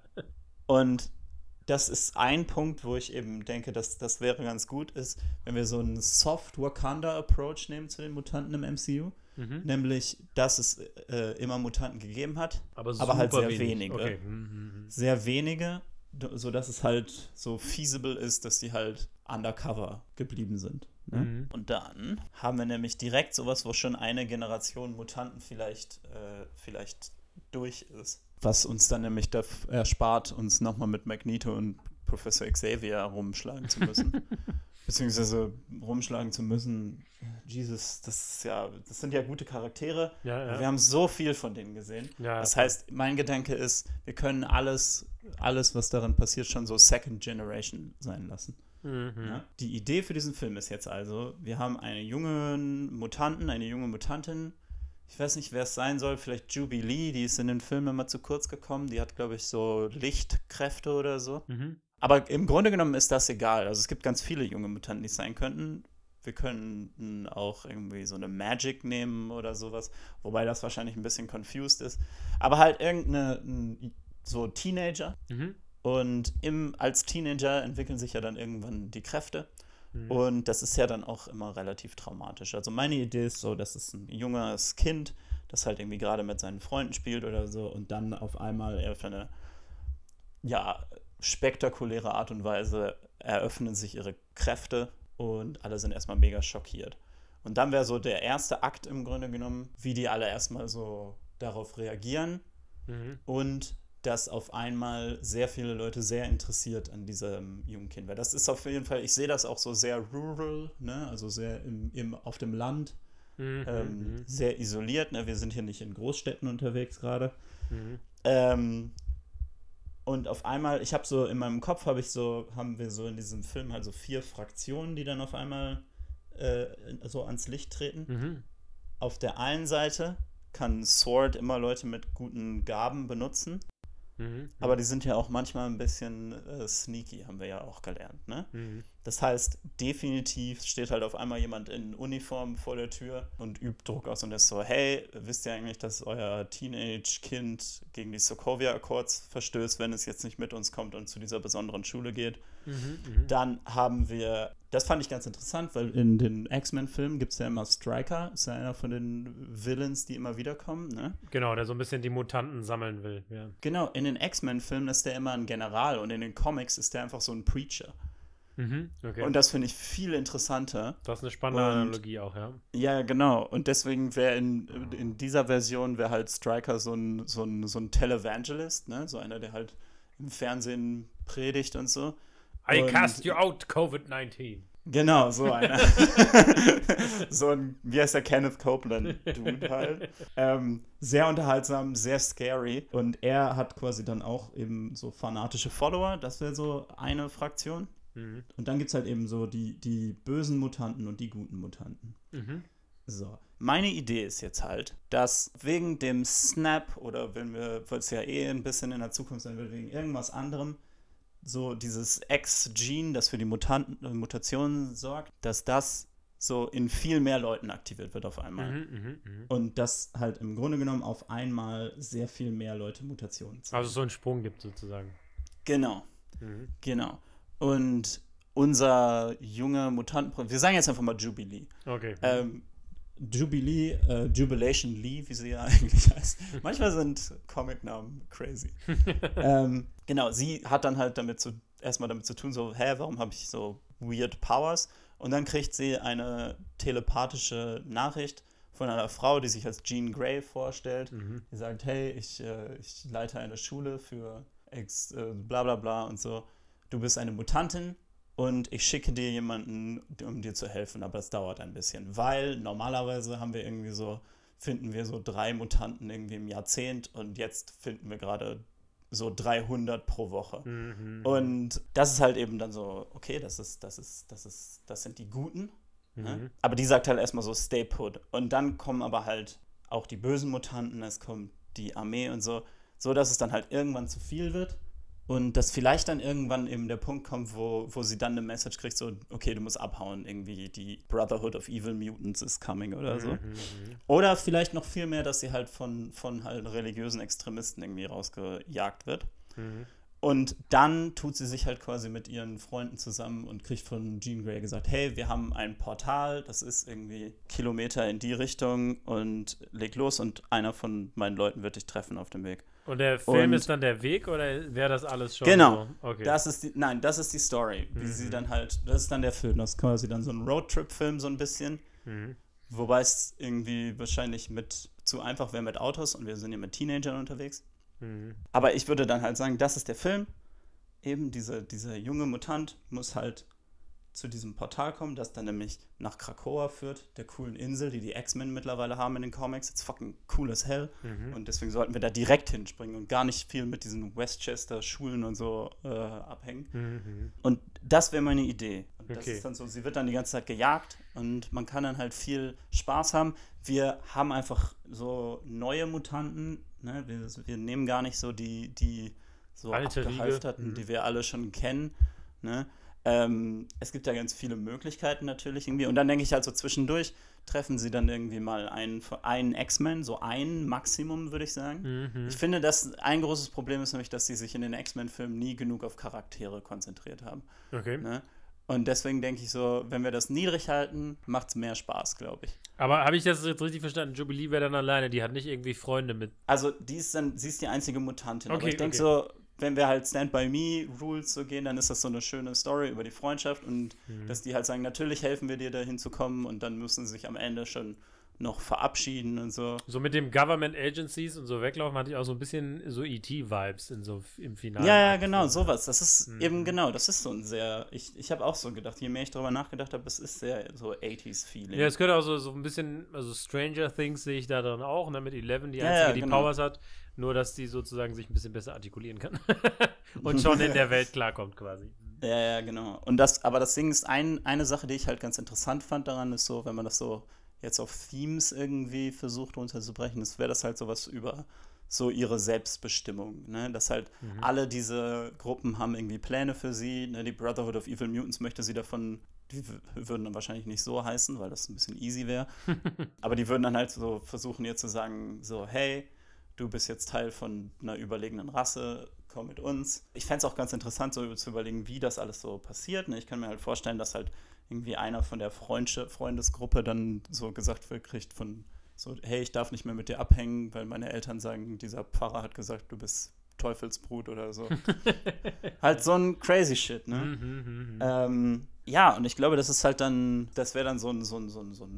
Und das ist ein Punkt, wo ich eben denke, dass das wäre ganz gut ist, wenn wir so einen Soft Wakanda-Approach nehmen zu den Mutanten im M C U. Mhm. Nämlich, dass es äh, immer Mutanten gegeben hat, Aber, aber halt super sehr wenig. wenige. Okay. Mhm. Sehr wenige, d- sodass es halt so feasible ist, dass die halt undercover geblieben sind. Ne? Mhm. Und dann haben wir nämlich direkt sowas, wo schon eine Generation Mutanten vielleicht, äh, vielleicht durch ist. Was uns dann nämlich da erspart, uns nochmal mit Magneto und Professor Xavier rumschlagen zu müssen. Beziehungsweise rumschlagen zu müssen. Jesus, das ist ja, das sind ja gute Charaktere. Ja, ja. Wir haben so viel von denen gesehen. Ja, das heißt, mein Gedanke ist, wir können alles, alles, was darin passiert, schon so Second Generation sein lassen. Mhm. Ja? Die Idee für diesen Film ist jetzt also, wir haben einen jungen Mutanten, eine junge Mutantin. Ich weiß nicht, wer es sein soll. Vielleicht Jubilee, die ist in den Filmen immer zu kurz gekommen. Die hat, glaube ich, so Lichtkräfte oder so. Mhm. Aber im Grunde genommen ist das egal. Also es gibt ganz viele junge Mutanten, die es sein könnten. Wir könnten auch irgendwie so eine Magic nehmen oder sowas. Wobei das wahrscheinlich ein bisschen confused ist. Aber halt irgendeine so Teenager. Mhm. Und im, als Teenager entwickeln sich ja dann irgendwann die Kräfte. Mhm. Und das ist ja dann auch immer relativ traumatisch. Also meine Idee ist so, dass es ein junges Kind, das halt irgendwie gerade mit seinen Freunden spielt oder so und dann auf einmal auf eine, ja, spektakuläre Art und Weise eröffnen sich ihre Kräfte und alle sind erstmal mega schockiert. Und dann wäre so der erste Akt im Grunde genommen, wie die alle erstmal so darauf reagieren Mhm. und dass auf einmal sehr viele Leute sehr interessiert an diesem jungen Kind. Weil das ist auf jeden Fall, ich sehe das auch so sehr rural, ne? Also sehr im, im, auf dem Land, Mhm. ähm, Mhm. sehr isoliert. Ne? Wir sind hier nicht in Großstädten unterwegs gerade. Mhm. Ähm, und auf einmal, ich habe so, in meinem Kopf habe ich so, haben wir so in diesem Film halt so vier Fraktionen, die dann auf einmal äh, so ans Licht treten. Mhm. Auf der einen Seite kann Sword immer Leute mit guten Gaben benutzen. Mhm. Aber die sind ja auch manchmal ein bisschen äh, sneaky, haben wir ja auch gelernt, ne? Mhm. Das heißt, definitiv steht halt auf einmal jemand in Uniform vor der Tür und übt Druck aus und ist so, hey, wisst ihr eigentlich, dass euer Teenage-Kind gegen die Sokovia Accords verstößt, wenn es jetzt nicht mit uns kommt und zu dieser besonderen Schule geht? Mhm. Mhm. Dann haben wir, das fand ich ganz interessant, weil in den X-Men-Filmen gibt es ja immer Stryker, ist ja einer von den Villains, die immer wiederkommen, ne? Genau, der so ein bisschen die Mutanten sammeln will. Ja. Genau, in den X-Men-Filmen ist der immer ein General und in den Comics ist der einfach so ein Preacher. Mhm. Okay. Und das finde ich viel interessanter. Das ist eine spannende und- Analogie auch, ja. Ja, genau. Und deswegen wäre in, in dieser Version wäre halt Stryker so ein, so ein, so ein Televangelist, ne? So einer, der halt im Fernsehen predigt und so. I Und- cast you out, Covid nineteen. Genau, so einer. So ein, wie heißt der, Kenneth Copeland-Dude halt. Ähm, sehr unterhaltsam, sehr scary. Und er hat quasi dann auch eben so fanatische Follower. Das wäre so eine Fraktion. Mhm. Und dann gibt es halt eben so die, die bösen Mutanten und die guten Mutanten. Mhm. So. Meine Idee ist jetzt halt, dass wegen dem Snap oder wenn wir, weil es ja eh ein bisschen in der Zukunft sein wird, wegen irgendwas anderem, so dieses X-Gene, das für die Mutanten, äh, Mutationen sorgt, dass das so in viel mehr Leuten aktiviert wird auf einmal. Mhm. Mhm. Mhm. Und dass halt im Grunde genommen auf einmal sehr viel mehr Leute Mutationen zeigen. Also so einen Sprung gibt sozusagen. Genau, Mhm. genau. Und unser junger Mutanten, wir sagen jetzt einfach mal Jubilee. Okay. Ähm, Jubilee, äh, Jubilation Lee, wie sie ja eigentlich heißt. Manchmal sind Comicnamen crazy. ähm, genau, sie hat dann halt damit zu, erstmal damit zu tun, so, hä, warum habe ich so weird Powers? Und dann kriegt sie eine telepathische Nachricht von einer Frau, die sich als Jean Grey vorstellt. Mhm. Die sagt, hey, ich, äh, ich leite eine Schule für Ex, äh, bla bla bla und so. Du bist eine Mutantin und ich schicke dir jemanden, um dir zu helfen, aber das dauert ein bisschen, weil normalerweise haben wir irgendwie so, finden wir so drei Mutanten irgendwie im Jahrzehnt und jetzt finden wir gerade so dreihundert pro Woche. Mhm. Und das ist halt eben dann so, okay, das ist, das ist, das ist, das sind die Guten. Ne? Mhm. Aber die sagt halt erstmal so, stay put. Und dann kommen aber halt auch die bösen Mutanten, es kommt die Armee und so, so dass es dann halt irgendwann zu viel wird. Und dass vielleicht dann irgendwann eben der Punkt kommt, wo, wo sie dann eine Message kriegt, so, okay, du musst abhauen, irgendwie die Brotherhood of Evil Mutants is coming oder so. Mhm. Mhm. Oder vielleicht noch viel mehr, dass sie halt von, von halt religiösen Extremisten irgendwie rausgejagt wird. Mhm. Und dann tut sie sich halt quasi mit ihren Freunden zusammen und kriegt von Jean Grey gesagt, hey, wir haben ein Portal, das ist irgendwie Kilometer in die Richtung und leg los und einer von meinen Leuten wird dich treffen auf dem Weg. Und der Film Und- ist dann der Weg oder wäre das alles schon Genau. so? Okay. Das ist die, nein, das ist die Story, wie Mhm. sie dann halt, das ist dann der Film, das ist quasi dann so ein Roadtrip-Film so ein bisschen, Mhm. wobei es irgendwie wahrscheinlich mit zu einfach wäre mit Autos und wir sind ja mit Teenagern unterwegs. Mhm. Aber ich würde dann halt sagen, das ist der Film eben dieser, dieser junge Mutant muss halt zu diesem Portal kommen, das dann nämlich nach Krakoa führt, der coolen Insel, die die X-Men mittlerweile haben in den Comics. It's fucking cool as hell. Mhm. Und deswegen sollten wir da direkt hinspringen und gar nicht viel mit diesen Westchester-Schulen und so äh, abhängen. Mhm. Und das wäre meine Idee. Und das okay. ist dann so, sie wird dann die ganze Zeit gejagt und man kann dann halt viel Spaß haben. Wir haben einfach so neue Mutanten, ne? wir, wir nehmen gar nicht so die, die so Alte abgehalfterten, mhm. die wir alle schon kennen, ne? Ähm, es gibt ja ganz viele Möglichkeiten natürlich irgendwie. Und dann denke ich halt so zwischendurch, treffen sie dann irgendwie mal einen, einen X-Men, so ein Maximum, würde ich sagen. Mhm. Ich finde, dass ein großes Problem ist nämlich, dass sie sich in den X-Men-Filmen nie genug auf Charaktere konzentriert haben. Okay. Ne? Und deswegen denke ich so, wenn wir das niedrig halten, macht es mehr Spaß, glaube ich. Aber habe ich das jetzt richtig verstanden? Jubilee wäre dann alleine, die hat nicht irgendwie Freunde mit. Also die ist dann, sie ist die einzige Mutantin. Okay, aber ich denke okay. so, wenn wir halt Stand-by-Me-Rules so gehen, dann ist das so eine schöne Story über die Freundschaft und mhm. dass die halt sagen, natürlich helfen wir dir, da hinzukommen und dann müssen sie sich am Ende schon noch verabschieden und so. So mit dem Government Agencies und so weglaufen, hatte ich auch so ein bisschen so E T-Vibes in so im Finale. Ja, ja, genau, sowas. Das ist mhm. eben genau, das ist so ein sehr, ich, ich habe auch so gedacht, je mehr ich darüber nachgedacht habe, es ist sehr so achtziger-Feeling. Ja, es könnte auch so, so ein bisschen, also Stranger Things sehe ich da drin auch, ne, mit Eleven, die ja, einzige, ja, die genau. Powers hat, nur dass die sozusagen sich ein bisschen besser artikulieren kann und schon in der Welt klarkommt quasi. Ja, ja, genau. Und das, aber das Ding ist, ein, eine Sache, die ich halt ganz interessant fand daran, ist so, wenn man das so jetzt auf Themes irgendwie versucht runterzubrechen, das wäre das halt sowas über so ihre Selbstbestimmung, ne? Dass halt mhm. alle diese Gruppen haben irgendwie Pläne für sie, ne? Die Brotherhood of Evil Mutants möchte sie davon, die w- würden dann wahrscheinlich nicht so heißen, weil das ein bisschen easy wäre, aber die würden dann halt so versuchen, ihr zu sagen, so, hey, du bist jetzt Teil von einer überlegenen Rasse, komm mit uns. Ich fände es auch ganz interessant, so zu überlegen, wie das alles so passiert, ne? Ich kann mir halt vorstellen, dass halt irgendwie einer von der Freundsche- Freundesgruppe dann so gesagt wird, kriegt von so, hey, ich darf nicht mehr mit dir abhängen, weil meine Eltern sagen, dieser Pfarrer hat gesagt, du bist Teufelsbrut oder so. Halt so ein crazy shit, ne? Mhm, ähm, ja, und ich glaube, das ist halt dann, das wäre dann so ein, so ein, so ein, so ein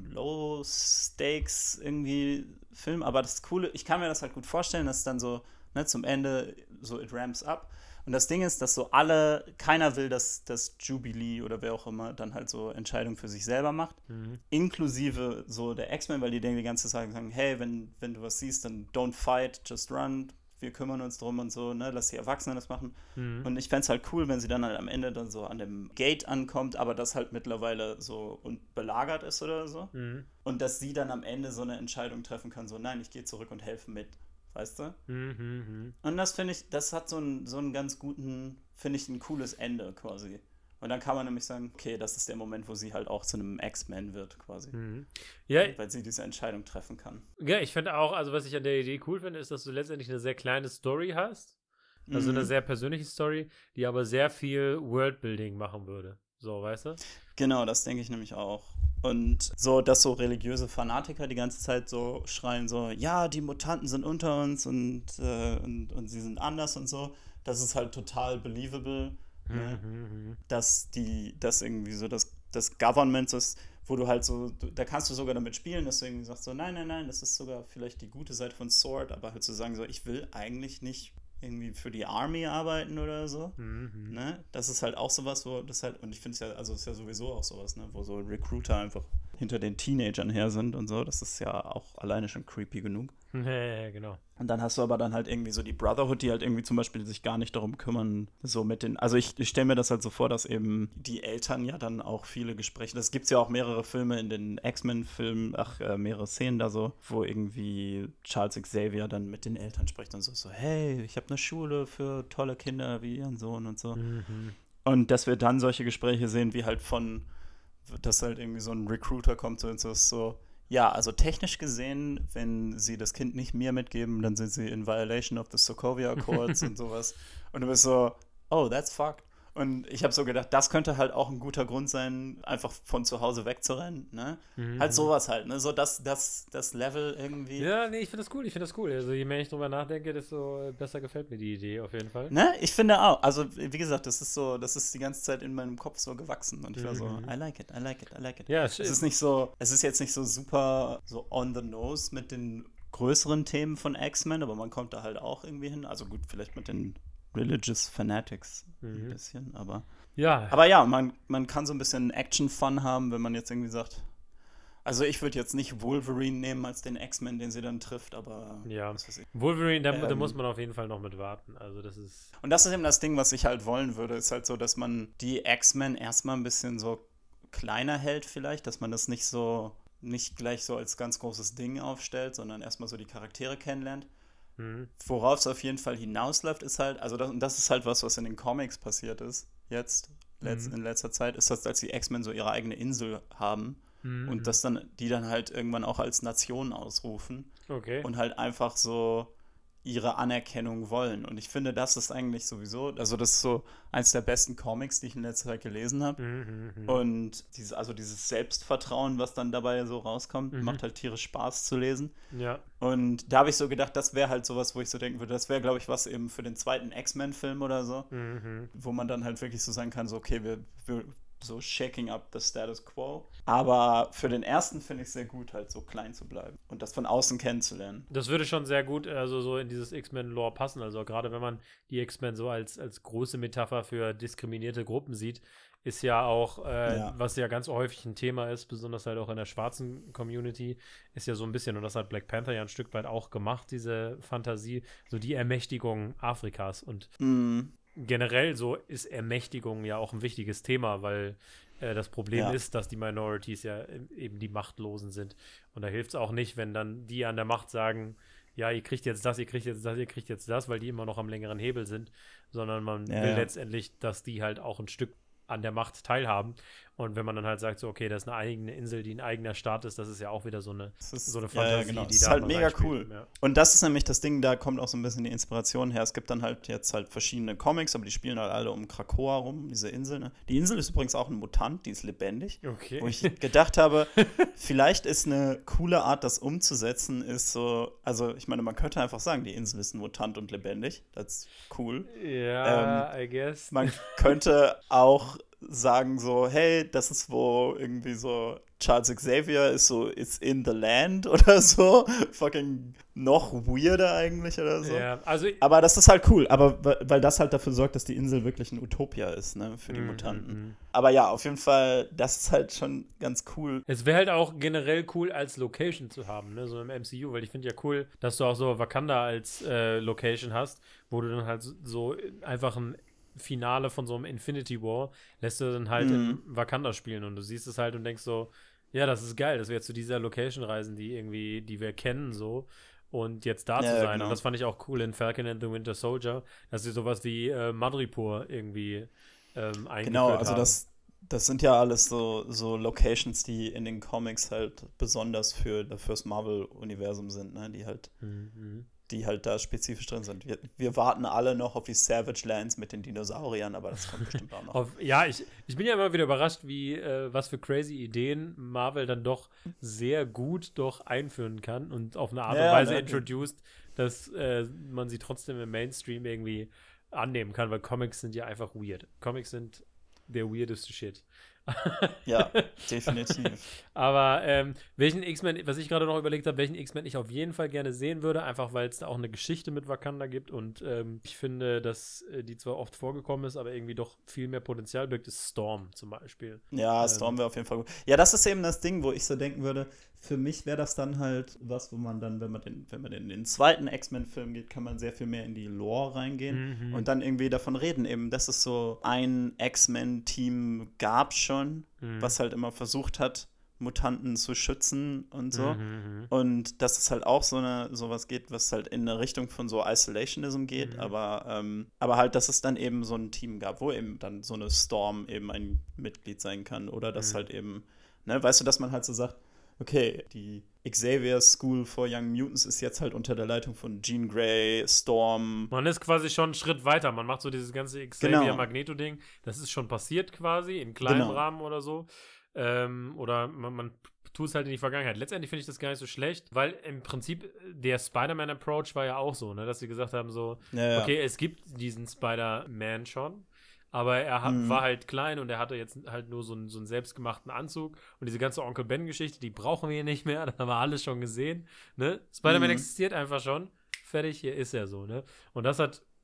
Low-Stakes irgendwie Film, aber das Coole, ich kann mir das halt gut vorstellen, dass dann so, ne, zum Ende so it ramps up. Und das Ding ist, dass so alle, keiner will, dass das Jubilee oder wer auch immer dann halt so Entscheidungen für sich selber macht. Mhm. Inklusive so der X-Men, weil die denken die ganze Zeit sagen, hey, wenn, wenn du was siehst, dann don't fight, just run. Wir kümmern uns drum und so, ne, lass die Erwachsenen das machen. Mhm. Und ich fände es halt cool, wenn sie dann halt am Ende dann so an dem Gate ankommt, aber das halt mittlerweile so und belagert ist oder so. Mhm. Und dass sie dann am Ende so eine Entscheidung treffen kann, so nein, ich gehe zurück und helfe mit. Weißt du? Mhm. Und das finde ich, das hat so einen, so einen ganz guten, finde ich, ein cooles Ende quasi. Und dann kann man nämlich sagen, okay, das ist der Moment, wo sie halt auch zu einem X-Men wird quasi. Mhm. Ja, weil sie diese Entscheidung treffen kann. Ja, ich finde auch, also was ich an der Idee cool finde, ist, dass du letztendlich eine sehr kleine Story hast. Also mhm. eine sehr persönliche Story, die aber sehr viel Worldbuilding machen würde. So, weißt du? Genau, das denke ich nämlich auch. Und so, dass so religiöse Fanatiker die ganze Zeit so schreien, so, ja, die Mutanten sind unter uns und, äh, und, und sie sind anders und so, das ist halt total believable, mhm, ne? Mhm. Dass die, dass irgendwie so das, das Government ist, wo du halt so, du, da kannst du sogar damit spielen, dass du irgendwie sagst so, nein, nein, nein, das ist sogar vielleicht die gute Seite von S W O R D, aber halt zu sagen so, ich will eigentlich nicht irgendwie für die Army arbeiten oder so, mhm. ne? Das ist halt auch sowas, wo das halt, und ich finde es ja, also es ist ja sowieso auch sowas, ne, wo so Recruiter einfach hinter den Teenagern her sind und so, das ist ja auch alleine schon creepy genug. Ja, genau. Und dann hast du aber dann halt irgendwie so die Brotherhood, die halt irgendwie zum Beispiel sich gar nicht darum kümmern, so mit den, also ich, ich stelle mir das halt so vor, dass eben die Eltern ja dann auch viele Gespräche, das gibt's ja auch mehrere Filme in den X-Men-Filmen, ach, äh, mehrere Szenen da so, wo irgendwie Charles Xavier dann mit den Eltern spricht und so, so, hey, ich habe eine Schule für tolle Kinder wie ihren Sohn und so. Mhm. Und dass wir dann solche Gespräche sehen, wie halt von, dass halt irgendwie so ein Recruiter kommt und so ist so, ja, also technisch gesehen, wenn sie das Kind nicht mir mitgeben, dann sind sie in violation of the Sokovia Accords und sowas. Und du bist so, oh, that's fucked. Und ich habe so gedacht, das könnte halt auch ein guter Grund sein, einfach von zu Hause wegzurennen, ne? Mhm. Halt sowas halt, ne? So das, das, das Level irgendwie. Ja, nee, ich finde das cool, ich finde das cool. Also je mehr ich drüber nachdenke, desto besser gefällt mir die Idee auf jeden Fall. Ne? Ich finde auch. Also wie gesagt, das ist so, das ist die ganze Zeit in meinem Kopf so gewachsen. Und ich war mhm. so, I like it, I like it, I like it. Ja, es ist nicht so, es ist jetzt nicht so super so on the nose mit den größeren Themen von X-Men, aber man kommt da halt auch irgendwie hin. Also gut, vielleicht mit den Religious Fanatics Mhm. ein bisschen, aber Ja, aber ja, man, man kann so ein bisschen Action-Fun haben, wenn man jetzt irgendwie sagt, also ich würde jetzt nicht Wolverine nehmen als den X-Men, den sie dann trifft, aber ja. was weiß ich. Wolverine, da, da Ähm. muss man auf jeden Fall noch mit warten. Also das ist, Und das ist eben das Ding, was ich halt wollen würde, ist halt so, dass man die X-Men erstmal ein bisschen so kleiner hält vielleicht, dass man das nicht so, nicht gleich so als ganz großes Ding aufstellt, sondern erstmal so die Charaktere kennenlernt. mhm. Worauf es auf jeden Fall hinausläuft, ist halt, also das, und das ist halt was, was in den Comics passiert ist, jetzt, letzt, Mhm. in letzter Zeit, ist das, als die X-Men so ihre eigene Insel haben Mhm. und das dann, die dann halt irgendwann auch als Nation ausrufen Okay. und halt einfach so ihre Anerkennung wollen. Und ich finde, das ist eigentlich sowieso, also das ist so eins der besten Comics, die ich in letzter Zeit gelesen habe. Mhm, mhm. Und dieses, also dieses Selbstvertrauen, was dann dabei so rauskommt, Mhm. macht halt tierisch Spaß zu lesen. Ja. Und da habe ich so gedacht, das wäre halt sowas, wo ich so denken würde, das wäre, glaube ich, was eben für den zweiten X-Men-Film oder so, Mhm. wo man dann halt wirklich so sagen kann, so okay, wir, wir so shaking up the status quo. Aber für den ersten finde ich es sehr gut, halt so klein zu bleiben und das von außen kennenzulernen. Das würde schon sehr gut, also so in dieses X-Men-Lore passen. Also gerade wenn man die X-Men so als, als große Metapher für diskriminierte Gruppen sieht, ist ja auch, äh, Ja. was ja ganz häufig ein Thema ist, besonders halt auch in der schwarzen Community, ist ja so ein bisschen, und das hat Black Panther ja ein Stück weit auch gemacht, diese Fantasie, so die Ermächtigung Afrikas. Und Mhm. generell so ist Ermächtigung ja auch ein wichtiges Thema, weil äh, das Problem Ja. ist, dass die Minorities ja e- eben die Machtlosen sind. Und da hilft es auch nicht, wenn dann die an der Macht sagen, ja, ihr kriegt jetzt das, ihr kriegt jetzt das, ihr kriegt jetzt das, weil die immer noch am längeren Hebel sind, sondern man Ja, will ja. letztendlich, dass die halt auch ein Stück an der Macht teilhaben. Und wenn man dann halt sagt, so, okay, das ist eine eigene Insel, die ein eigener Staat ist, das ist ja auch wieder so eine, Das ist, so eine ja, Fantasie, ja, genau. die Das da ist halt mal mega reinspielt. cool. Ja. Und das ist nämlich das Ding, da kommt auch so ein bisschen die Inspiration her. Es gibt dann halt jetzt halt verschiedene Comics, aber die spielen halt alle um Krakoa rum, diese Insel. Ne? Die Insel ist übrigens auch ein Mutant, die ist lebendig. Okay. Wo ich gedacht habe, vielleicht ist eine coole Art, das umzusetzen, ist so, also ich meine, man könnte einfach sagen, die Insel ist ein Mutant und lebendig. Das ist cool. Ja, I guess. Man könnte auch sagen so, hey, das ist wo irgendwie so Charles Xavier ist so, it's in the land oder so. Fucking noch weirder eigentlich oder so. Ja, also Aber das ist halt cool, aber weil weil das halt dafür sorgt, dass die Insel wirklich ein Utopia ist, ne, für die Mhm, Mutanten. mhm. Aber ja, auf jeden Fall, das ist halt schon ganz cool. Es wäre halt auch generell cool, als Location zu haben, ne, so im M C U, weil ich finde ja cool, dass du auch so Wakanda als äh, Location hast, wo du dann halt so, so einfach ein Finale von so einem Infinity War lässt du dann halt Mhm. in Wakanda spielen und du siehst es halt und denkst so, ja, das ist geil, dass wir jetzt zu dieser Location reisen, die irgendwie, die wir kennen, so. Und jetzt da Ja, zu ja, sein. genau. Und das fand ich auch cool in Falcon and the Winter Soldier, dass sie sowas wie äh, Madripoor irgendwie ähm, eingeführt Genau, also haben. das, das sind ja alles so, so Locations, die in den Comics halt besonders für fürs Marvel-Universum sind, ne, die halt Mhm, mhm. die halt da spezifisch drin sind. Wir, wir warten alle noch auf die Savage Lands mit den Dinosauriern, aber das kommt bestimmt auch noch. Auf, ja, ich, ich bin ja immer wieder überrascht, wie äh, was für crazy Ideen Marvel dann doch sehr gut doch einführen kann und auf eine Art Ja, und Weise ne? introduced, dass äh, man sie trotzdem im Mainstream irgendwie annehmen kann, weil Comics sind ja einfach weird. Comics sind der weirdeste Shit. Ja, definitiv. Aber ähm, welchen X-Men, was ich gerade noch überlegt habe, welchen X-Men ich auf jeden Fall gerne sehen würde, einfach weil es da auch eine Geschichte mit Wakanda gibt und ähm, ich finde, dass äh, die zwar oft vorgekommen ist, aber irgendwie doch viel mehr Potenzial birgt, ist Storm zum Beispiel. Ja, Storm wäre auf jeden Fall gut. Ja, das ist eben das Ding, wo ich so denken würde, für mich wäre das dann halt was, wo man dann, wenn man den, wenn man in den zweiten X-Men-Film geht, kann man sehr viel mehr in die Lore reingehen Mhm. und dann irgendwie davon reden, eben, dass es so ein X-Men-Team gab schon, Mhm. was halt immer versucht hat, Mutanten zu schützen und so. Mhm. Und dass es halt auch so eine sowas geht, was halt in eine Richtung von so Isolationism geht, Mhm. aber, ähm, aber halt, dass es dann eben so ein Team gab, wo eben dann so eine Storm eben ein Mitglied sein kann. Oder dass Mhm. halt eben, ne, weißt du, dass man halt so sagt, okay, die Xavier School for Young Mutants ist jetzt halt unter der Leitung von Jean Grey, Storm. Man ist quasi schon einen Schritt weiter. Man macht so dieses ganze Genau. Xavier-Magneto-Ding. Das ist schon passiert quasi, in kleinem Genau. Rahmen oder so. Ähm, oder man, man tut es halt in die Vergangenheit. Letztendlich finde ich das gar nicht so schlecht, weil im Prinzip der Spider-Man-Approach war ja auch so, ne, dass sie gesagt haben so, Ja, ja. okay, es gibt diesen Spider-Man schon, aber er hat, Mhm. war halt klein und er hatte jetzt halt nur so einen, so einen selbstgemachten Anzug und diese ganze Onkel Ben-Geschichte, die brauchen wir hier nicht mehr, das haben wir alles schon gesehen, ne? Spider-Man Mhm. existiert einfach schon, fertig, hier ist er so, ne? Und das hat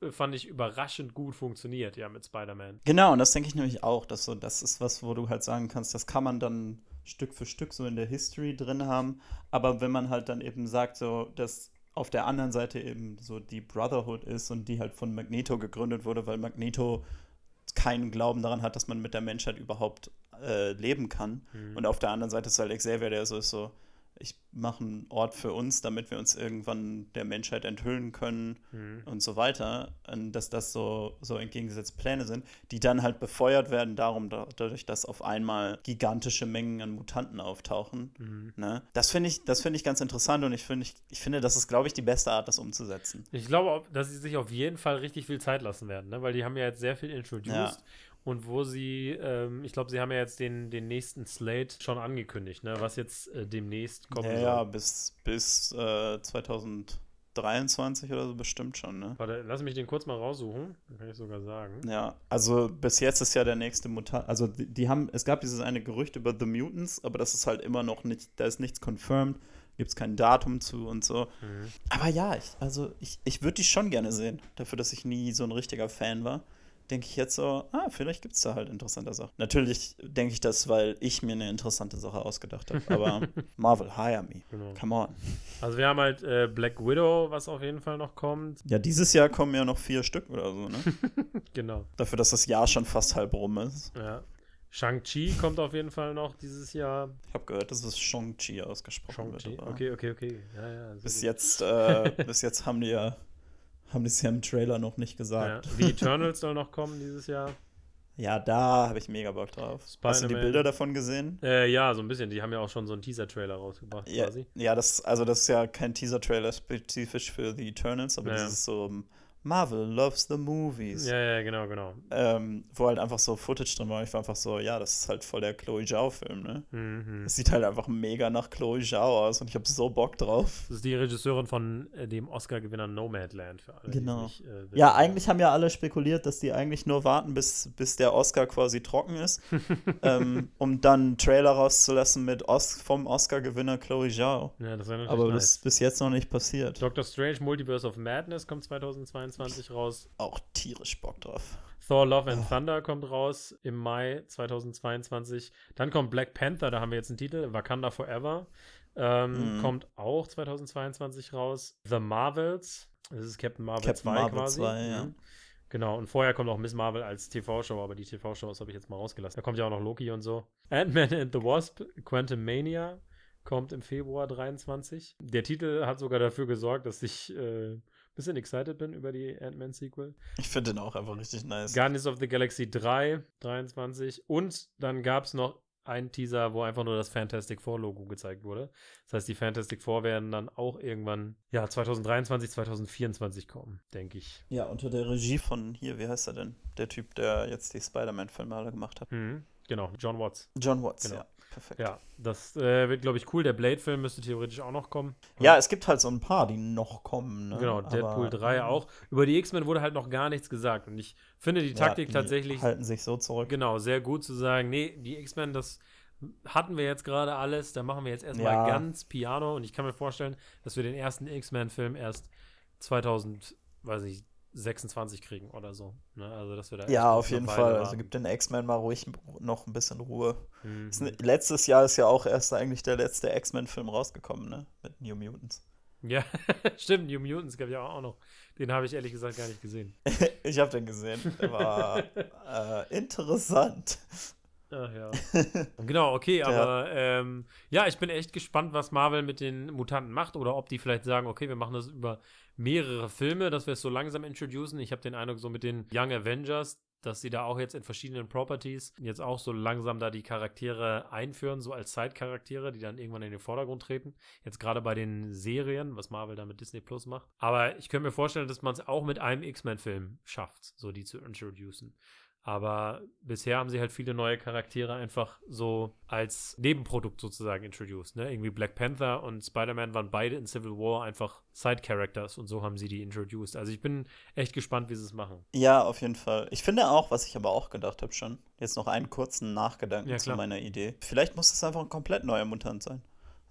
äh, fand ich, überraschend gut funktioniert, ja, mit Spider-Man. Genau, und das denke ich nämlich auch, dass so, das ist was, wo du halt sagen kannst, das kann man dann Stück für Stück so in der History drin haben, aber wenn man halt dann eben sagt, so, dass auf der anderen Seite eben so die Brotherhood ist und die halt von Magneto gegründet wurde, weil Magneto keinen Glauben daran hat, dass man mit der Menschheit überhaupt äh, leben kann. Mhm. Und auf der anderen Seite ist halt Xavier, der so ist so, ich mache einen Ort für uns, damit wir uns irgendwann der Menschheit enthüllen können mhm. und so weiter. Und dass das so, so entgegengesetzte Pläne sind, die dann halt befeuert werden darum, dadurch, dass auf einmal gigantische Mengen an Mutanten auftauchen. Mhm. Ne? Das finde ich, das finde ich ganz interessant und ich, find, ich, ich finde, das ist, glaube ich, die beste Art, das umzusetzen. Ich glaube, dass sie sich auf jeden Fall richtig viel Zeit lassen werden, ne? Weil die haben ja jetzt sehr viel introduced. Ja. Und wo sie, ähm, ich glaube, sie haben ja jetzt den, den nächsten Slate schon angekündigt, ne? Was jetzt äh, demnächst kommen ja, soll. Ja, bis, bis äh, zweitausenddreiundzwanzig oder so bestimmt schon, ne? Warte, lass mich den kurz mal raussuchen, dann kann ich sogar sagen. Ja, also bis jetzt ist ja der nächste Mutant, also die, die haben, es gab dieses eine Gerücht über The Mutants, aber das ist halt immer noch nicht, da ist nichts confirmed, gibt es kein Datum zu und so. Mhm. Aber ja, ich, also ich, ich würde die schon gerne sehen, dafür, dass ich nie so ein richtiger Fan war. Denke ich jetzt so, ah, vielleicht gibt es da halt interessante Sachen. Natürlich denke ich das, weil ich mir eine interessante Sache ausgedacht habe. Aber Marvel, hire me. Genau. Come on. Also wir haben halt äh, Black Widow, was auf jeden Fall noch kommt. Ja, dieses Jahr kommen ja noch vier Stück oder so, ne? Genau. Dafür, dass das Jahr schon fast halb rum ist. Ja. Shang-Chi kommt auf jeden Fall noch dieses Jahr. Ich habe gehört, dass es Shang-Chi ausgesprochen Shang-Chi. wird. Okay, okay, okay. Ja, ja, bis, jetzt, äh, bis jetzt haben die ja haben die es ja im Trailer noch nicht gesagt. Ja. The Eternals soll noch kommen dieses Jahr. Ja, da habe ich mega Bock drauf. Spider-Man. Hast du die Bilder davon gesehen? Äh, ja, so ein bisschen. Die haben ja auch schon so einen Teaser-Trailer rausgebracht, ja, quasi. Ja, das, also das ist ja kein Teaser-Trailer spezifisch für The Eternals, aber naja. das ist so Marvel loves the movies. Ja, ja, genau, genau. Ähm, wo halt einfach so Footage drin war. Ich war einfach so, ja, das ist halt voll der Chloe Zhao-Film, ne? Mhm. Es sieht halt einfach mega nach Chloe Zhao aus und ich habe so Bock drauf. Das ist die Regisseurin von äh, dem Oscar-Gewinner Nomadland für alle. Genau. Die nicht, äh, ja, eigentlich haben ja alle spekuliert, dass die eigentlich nur warten, bis, bis der Oscar quasi trocken ist, ähm, um dann einen Trailer rauszulassen mit Os- vom Oscar-Gewinner Chloe Zhao. Ja, das wäre natürlich Aber nice. das ist bis jetzt noch nicht passiert. Doctor Strange Multiverse of Madness kommt zweitausendzweiundzwanzig raus. Auch tierisch Bock drauf. Thor Love and oh. Thunder kommt raus im Mai zweitausendzweiundzwanzig. Dann kommt Black Panther, da haben wir jetzt einen Titel, Wakanda Forever. Ähm, mm. Kommt auch zweitausendzweiundzwanzig raus. The Marvels, das ist Captain Marvel Captain zwei Marvel quasi. zwei, ja. Mhm. Genau, und vorher kommt auch Miss Marvel als T V-Show, aber die T V-Shows habe ich jetzt mal rausgelassen. Da kommt ja auch noch Loki und so. Ant-Man and the Wasp, Quantumania kommt im Februar dreiundzwanzig. Der Titel hat sogar dafür gesorgt, dass ich äh, bisschen excited bin über die Ant-Man-Sequel. Ich finde den auch einfach richtig nice. Guardians of the Galaxy drei, dreiundzwanzig. Und dann gab es noch einen Teaser, wo einfach nur das Fantastic Four-Logo gezeigt wurde. Das heißt, die Fantastic Four werden dann auch irgendwann, ja, zweitausenddreiundzwanzig, zweitausendvierundzwanzig kommen, denke ich. Ja, unter der Regie von hier, wie heißt er denn? Der Typ, der jetzt die Spider-Man-Filme alle gemacht hat. Mhm. Genau, John Watts. John Watts, genau. Ja. Perfekt. Ja, das äh, wird, glaube ich, cool. Der Blade-Film müsste theoretisch auch noch kommen. Ja, es gibt halt so ein paar, die noch kommen. Ne? Genau, Deadpool Aber, drei auch. Über die X-Men wurde halt noch gar nichts gesagt. Und ich finde die Taktik ja, die tatsächlich halten sich so zurück. Genau, sehr gut zu sagen, nee, die X-Men, das hatten wir jetzt gerade alles, da machen wir jetzt erstmal ja. ganz Piano. Und ich kann mir vorstellen, dass wir den ersten X-Men-Film erst zweitausend, weiß ich, sechsundzwanzig kriegen oder so. Ne? Also, dass wir da ja, auf jeden Fall. Also gibt den X-Men mal ruhig noch ein bisschen Ruhe. Mhm. Ist, letztes Jahr ist ja auch erst eigentlich der letzte X-Men-Film rausgekommen, ne? Mit New Mutants. Ja, stimmt, New Mutants gab ja auch noch. Den habe ich ehrlich gesagt gar nicht gesehen. Ich habe den gesehen. Der war äh, interessant. Ach ja. Genau, okay, aber ähm, ja, ich bin echt gespannt, was Marvel mit den Mutanten macht oder ob die vielleicht sagen, okay, wir machen das über mehrere Filme, dass wir es so langsam introducen. Ich habe den Eindruck, so mit den Young Avengers, dass sie da auch jetzt in verschiedenen Properties jetzt auch so langsam da die Charaktere einführen, so als Side-Charaktere, die dann irgendwann in den Vordergrund treten. Jetzt gerade bei den Serien, was Marvel da mit Disney Plus macht. Aber ich könnte mir vorstellen, dass man es auch mit einem X-Men-Film schafft, so die zu introducen. Aber bisher haben sie halt viele neue Charaktere einfach so als Nebenprodukt sozusagen introduced, ne? Irgendwie Black Panther und Spider-Man waren beide in Civil War einfach Side-Characters und so haben sie die introduced. Also ich bin echt gespannt, wie sie es machen. Ja, auf jeden Fall. Ich finde auch, was ich aber auch gedacht habe schon, jetzt noch einen kurzen Nachgedanken ja, zu meiner Idee. Vielleicht muss es einfach ein komplett neuer Mutant sein.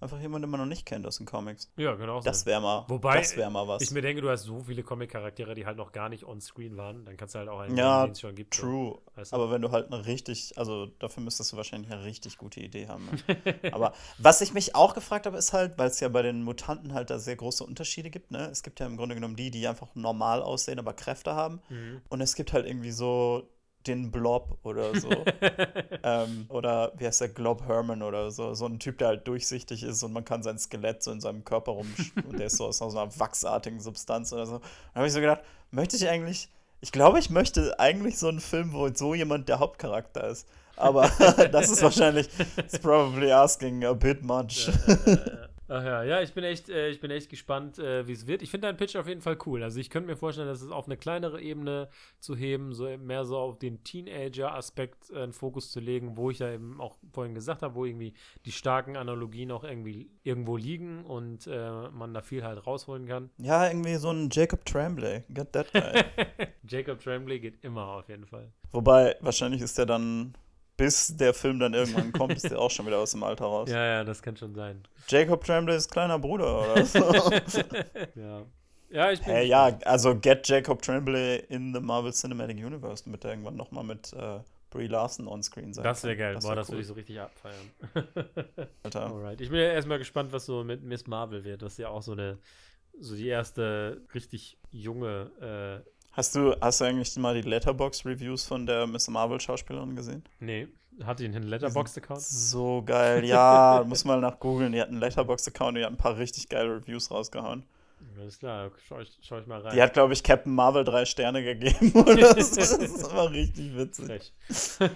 Einfach jemand, den man noch nicht kennt aus den Comics. Ja, genau. Das wäre mal, Wobei, das wär mal was. ich mir denke, du hast so viele Comic-Charaktere, die halt noch gar nicht on-screen waren. Dann kannst du halt auch einen, Ja, den es schon gibt. True. So, weißt du? Aber wenn du halt eine richtig, also dafür müsstest du wahrscheinlich eine richtig gute Idee haben. Ne? Aber was ich mich auch gefragt habe, ist halt, weil es ja bei den Mutanten halt da sehr große Unterschiede gibt, ne? Es gibt ja im Grunde genommen die, die einfach normal aussehen, aber Kräfte haben. Mhm. Und es gibt halt irgendwie so den Blob oder so. ähm, oder wie heißt der, Glob Herman oder so. So ein Typ, der halt durchsichtig ist und man kann sein Skelett so in seinem Körper rum und der ist so aus so einer wachsartigen Substanz oder so. Dann habe ich so gedacht, möchte ich eigentlich, ich glaube, ich möchte eigentlich so einen Film, wo so jemand der Hauptcharakter ist. Aber das ist wahrscheinlich, it's probably asking a bit much. Ja, ja, ja, ja. Ach ja, ja, ich bin echt, äh, ich bin echt gespannt, äh, wie es wird. Ich finde deinen Pitch auf jeden Fall cool. Also ich könnte mir vorstellen, dass es auf eine kleinere Ebene zu heben, so mehr so auf den Teenager-Aspekt äh, einen Fokus zu legen, wo ich ja eben auch vorhin gesagt habe, wo irgendwie die starken Analogien auch irgendwie irgendwo liegen und äh, man da viel halt rausholen kann. Ja, irgendwie so ein Jacob Tremblay. Get that guy. Jacob Tremblay geht immer auf jeden Fall. Wobei, wahrscheinlich ist der dann, bis der Film dann irgendwann kommt, ist der auch schon wieder aus dem Alter raus. Ja, ja, das kann schon sein. Jacob Tremblay ist kleiner Bruder oder so. Ja. Ja, ich bin. Hey, ja, also get Jacob Tremblay in the Marvel Cinematic Universe, damit er irgendwann nochmal mit äh, Brie Larson onscreen sein Das wäre geil. Das Boah, wär das cool. würde ich so richtig abfeiern. Alter. Alright. Ich bin ja erstmal gespannt, was so mit Miss Marvel wird. Das ist ja auch so eine, so die erste richtig junge, äh, Hast du, hast du eigentlich mal die Letterboxd-Reviews von der Miss Marvel-Schauspielerin gesehen? nee, hat die einen Letterboxd-Account? So geil, ja, muss mal nach googeln. Die hat einen Letterboxd-Account, die hat ein paar richtig geile Reviews rausgehauen. Alles klar, schau ich, schau ich mal rein. Die hat, glaube ich, Captain Marvel drei Sterne gegeben oder so. Das ist aber richtig witzig. Frech.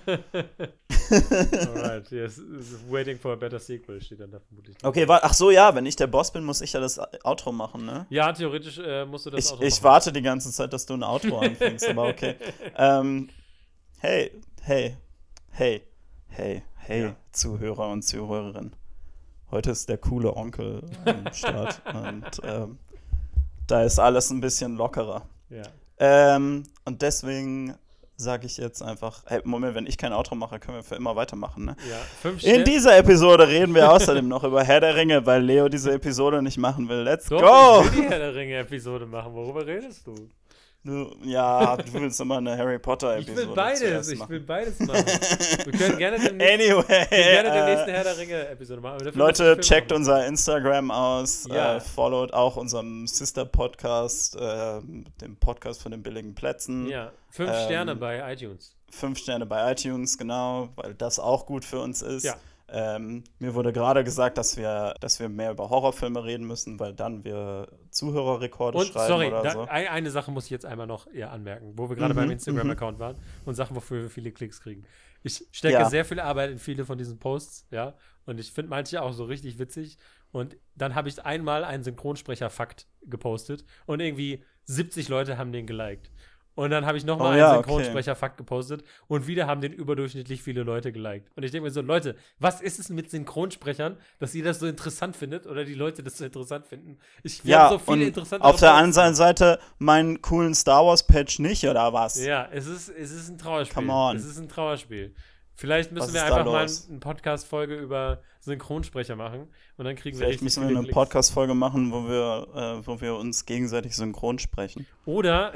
Alright, yes, waiting for a better sequel steht dann da vermutlich. Okay, wa- ach so, ja, wenn ich der Boss bin, muss ich ja das Outro machen, ne? Ja, theoretisch äh, musst du das Ich, auch ich warte die ganze Zeit, dass du ein Outro anfängst, aber okay. Ähm, hey, hey, hey, hey, hey, Ja. Zuhörer und Zuhörerinnen. Heute ist der coole Onkel am Start und ähm, da ist alles ein bisschen lockerer. Ja. Ähm, und deswegen sage ich jetzt einfach, hey, Moment, wenn ich kein Outro mache, können wir für immer weitermachen, ne? Ja, fünf In Sterne. dieser Episode reden wir außerdem noch über Herr der Ringe, weil Leo diese Episode nicht machen will. Let's Doch, go! ich will die Herr der Ringe-Episode machen. Worüber redest du? Du, ja, du willst immer eine Harry Potter-Episode. Ich will beides. zuerst Ich machen. will beides machen. Wir können gerne den nächsten, Anyway, wir können gerne den äh, nächsten Herr der Ringe-Episode machen. aber dafür Leute, müssen wir checkt Filme unser Instagram aus, Ja. äh, followt auch unserem Sister-Podcast, äh, dem Podcast von den billigen Plätzen. machen. Ja, fünf Ähm, Sterne bei iTunes. Fünf Sterne bei iTunes, genau, weil das auch gut für uns ist. Ja. Ähm, mir wurde gerade gesagt, dass wir, dass wir mehr über Horrorfilme reden müssen, weil dann wir Zuhörerrekorde Und schreiben sorry, oder da, so. ein, eine Sache muss ich jetzt einmal noch eher anmerken, wo wir gerade Mhm, beim Instagram-Account waren und Sachen, wofür wir viele Klicks kriegen. Ich stecke Ja. sehr viel Arbeit in viele von diesen Posts, ja, und ich finde manche auch so richtig witzig. Und dann habe ich einmal einen Synchronsprecher-Fakt gepostet und irgendwie siebzig Leute haben den geliked. Und dann habe ich nochmal Oh einen ja, okay. Synchronsprecher-Fakt gepostet und wieder haben den überdurchschnittlich viele Leute geliked. Und ich denke mir so, Leute, was ist es mit Synchronsprechern, dass ihr das so interessant findet oder die Leute das so interessant finden? Ich wir Ja, haben so viele und interessante auf der Posts. anderen Seite meinen coolen Star Wars Patch nicht, oder was? Ja, es ist, es ist ein Trauerspiel. Come on. Es ist ein Trauerspiel. Vielleicht müssen Was wir ist da einfach mal los? eine Podcast-Folge über Synchronsprecher machen und dann kriegen wir Vielleicht richtig müssen wir viele eine Klicks. Podcast-Folge machen, wo wir, äh, wo wir uns gegenseitig synchron sprechen. Oder,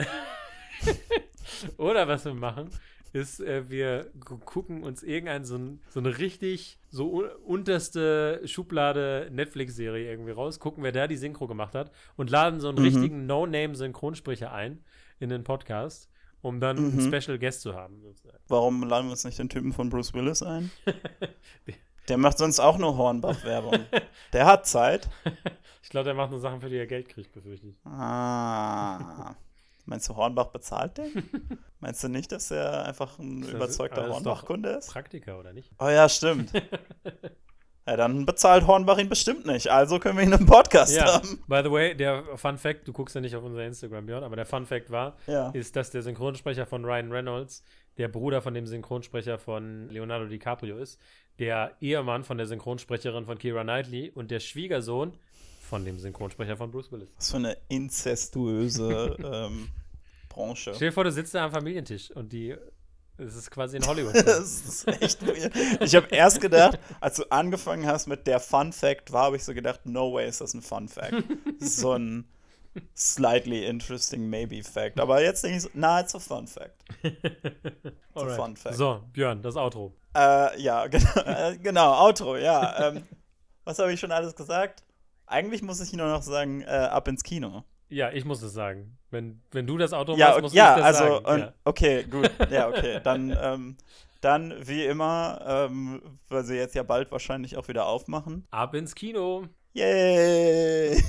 oder was wir machen, ist, äh, wir gu- gucken uns irgendein so, ein, so eine richtig, so un unterste Schublade Netflix-Serie irgendwie raus, gucken, wer da die Synchro gemacht hat und laden so einen Mhm. richtigen No-Name-Synchronsprecher ein in den Podcast, um dann einen Mhm. Special Guest zu haben. sozusagen. Warum laden wir uns nicht den Typen von Bruce Willis ein? Der macht sonst auch nur Hornbach-Werbung. Der hat Zeit. Ich glaube, der macht nur Sachen, für die er Geld kriegt, befürchte ich. Ah. Meinst du, Hornbach bezahlt den? Meinst du nicht, dass er einfach ein Das ist- überzeugter aber das ist doch Hornbach-Kunde ist? Praktiker, oder nicht? Oh ja, stimmt. Ja, dann bezahlt Hornbach ihn bestimmt nicht. Also können wir ihn im Podcast Ja, haben. by the way, der Fun Fact, du guckst ja nicht auf unser Instagram, Björn, aber der Fun Fact war, Ja. ist, dass der Synchronsprecher von Ryan Reynolds der Bruder von dem Synchronsprecher von Leonardo DiCaprio ist, der Ehemann von der Synchronsprecherin von Keira Knightley und der Schwiegersohn von dem Synchronsprecher von Bruce Willis. Was für eine inzestuöse ähm, Branche. Stell dir vor, du sitzt da am Familientisch und die Es ist quasi ein Hollywood. Das ist echt weird. Ich habe erst gedacht, als du angefangen hast mit der Fun Fact war, habe ich so gedacht, no way ist das ein Fun Fact. Das ist so ein slightly interesting maybe Fact. Aber jetzt denke ich so, na, it's a Fun Fact. It's a Fun Fact. So, Björn, das Outro. Äh, ja, genau, äh, genau, Outro, ja. Ähm, was habe ich schon alles gesagt? Eigentlich muss ich nur noch sagen, äh, ab ins Kino. Ja, ich muss es sagen. Wenn, wenn du das Auto Ja, machst, und- muss ja, ich das also, sagen. und, Ja. okay, gut. Ja, okay. Dann, ähm, dann wie immer, ähm, weil sie jetzt ja bald wahrscheinlich auch wieder aufmachen. Ab ins Kino. Yay!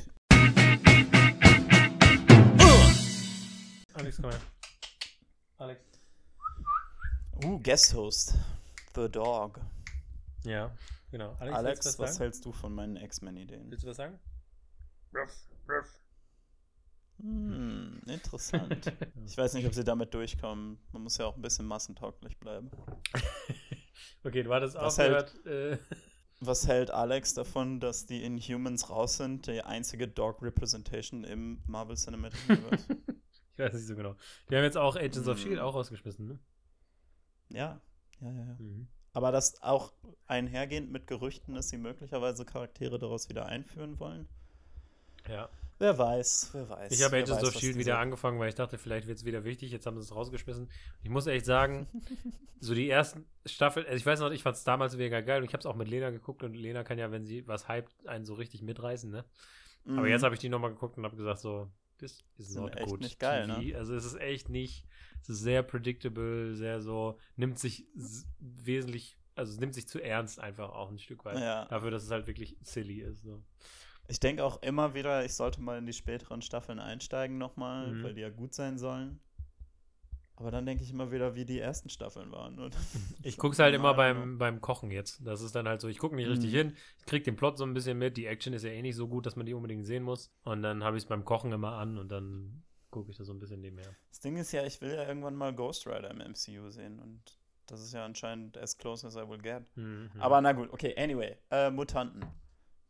Alex, komm her. Alex. uh, Guest Host. The Dog. Ja, genau. Alex, Alex, willst du was, was sagen? hältst du von meinen X-Men-Ideen? Willst du was sagen? Hm, interessant. Ich weiß nicht, ob sie damit durchkommen. Man muss ja auch ein bisschen massentauglich bleiben. Okay, du hattest Was aufgehört. Äh, Was hält Alex davon, dass die Inhumans raus sind? Die einzige Dog-Representation im Marvel Cinematic Universe. ich weiß nicht so genau. Die haben jetzt auch Agents of Hm. S H I E L D auch rausgeschmissen, ne? Ja, ja, ja, ja. Mhm. Aber das auch einhergehend mit Gerüchten, dass sie möglicherweise Charaktere daraus wieder einführen wollen. Ja. Wer weiß, wer weiß. Ich habe wer Agents weiß, of S was H I E L D diese- wieder angefangen, weil ich dachte, vielleicht wird es wieder wichtig. Jetzt haben sie es rausgeschmissen. Ich muss echt sagen, so die ersten Staffeln, also ich weiß noch, ich fand es damals mega geil und ich habe es auch mit Lena geguckt und Lena kann ja, wenn sie was hypt, einen so richtig mitreißen, ne? Mhm. Aber jetzt habe ich die nochmal geguckt und habe gesagt, so, das ist Sind not echt good nicht geil, T V. ne? Also es ist echt nicht, es ist sehr predictable, sehr so, nimmt sich s- wesentlich, also es nimmt sich zu ernst einfach auch ein Stück weit. Ja. Dafür, dass es halt wirklich silly ist. So. Ich denke auch immer wieder, ich sollte mal in die späteren Staffeln einsteigen nochmal, Mhm. weil die ja gut sein sollen. Aber dann denke ich immer wieder, wie die ersten Staffeln waren. Und Ich gucke es halt immer I don't beim, beim Kochen jetzt. Das ist dann halt so, ich gucke nicht richtig Mhm. hin, ich kriege den Plot so ein bisschen mit, die Action ist ja eh nicht so gut, dass man die unbedingt sehen muss. Und dann habe ich es beim Kochen immer an und dann gucke ich das so ein bisschen nebenher. Das Ding ist ja, ich will ja irgendwann mal Ghost Rider im M C U sehen und das ist ja anscheinend as close as I will get. Mhm. Aber na gut, okay, anyway, äh, Mutanten.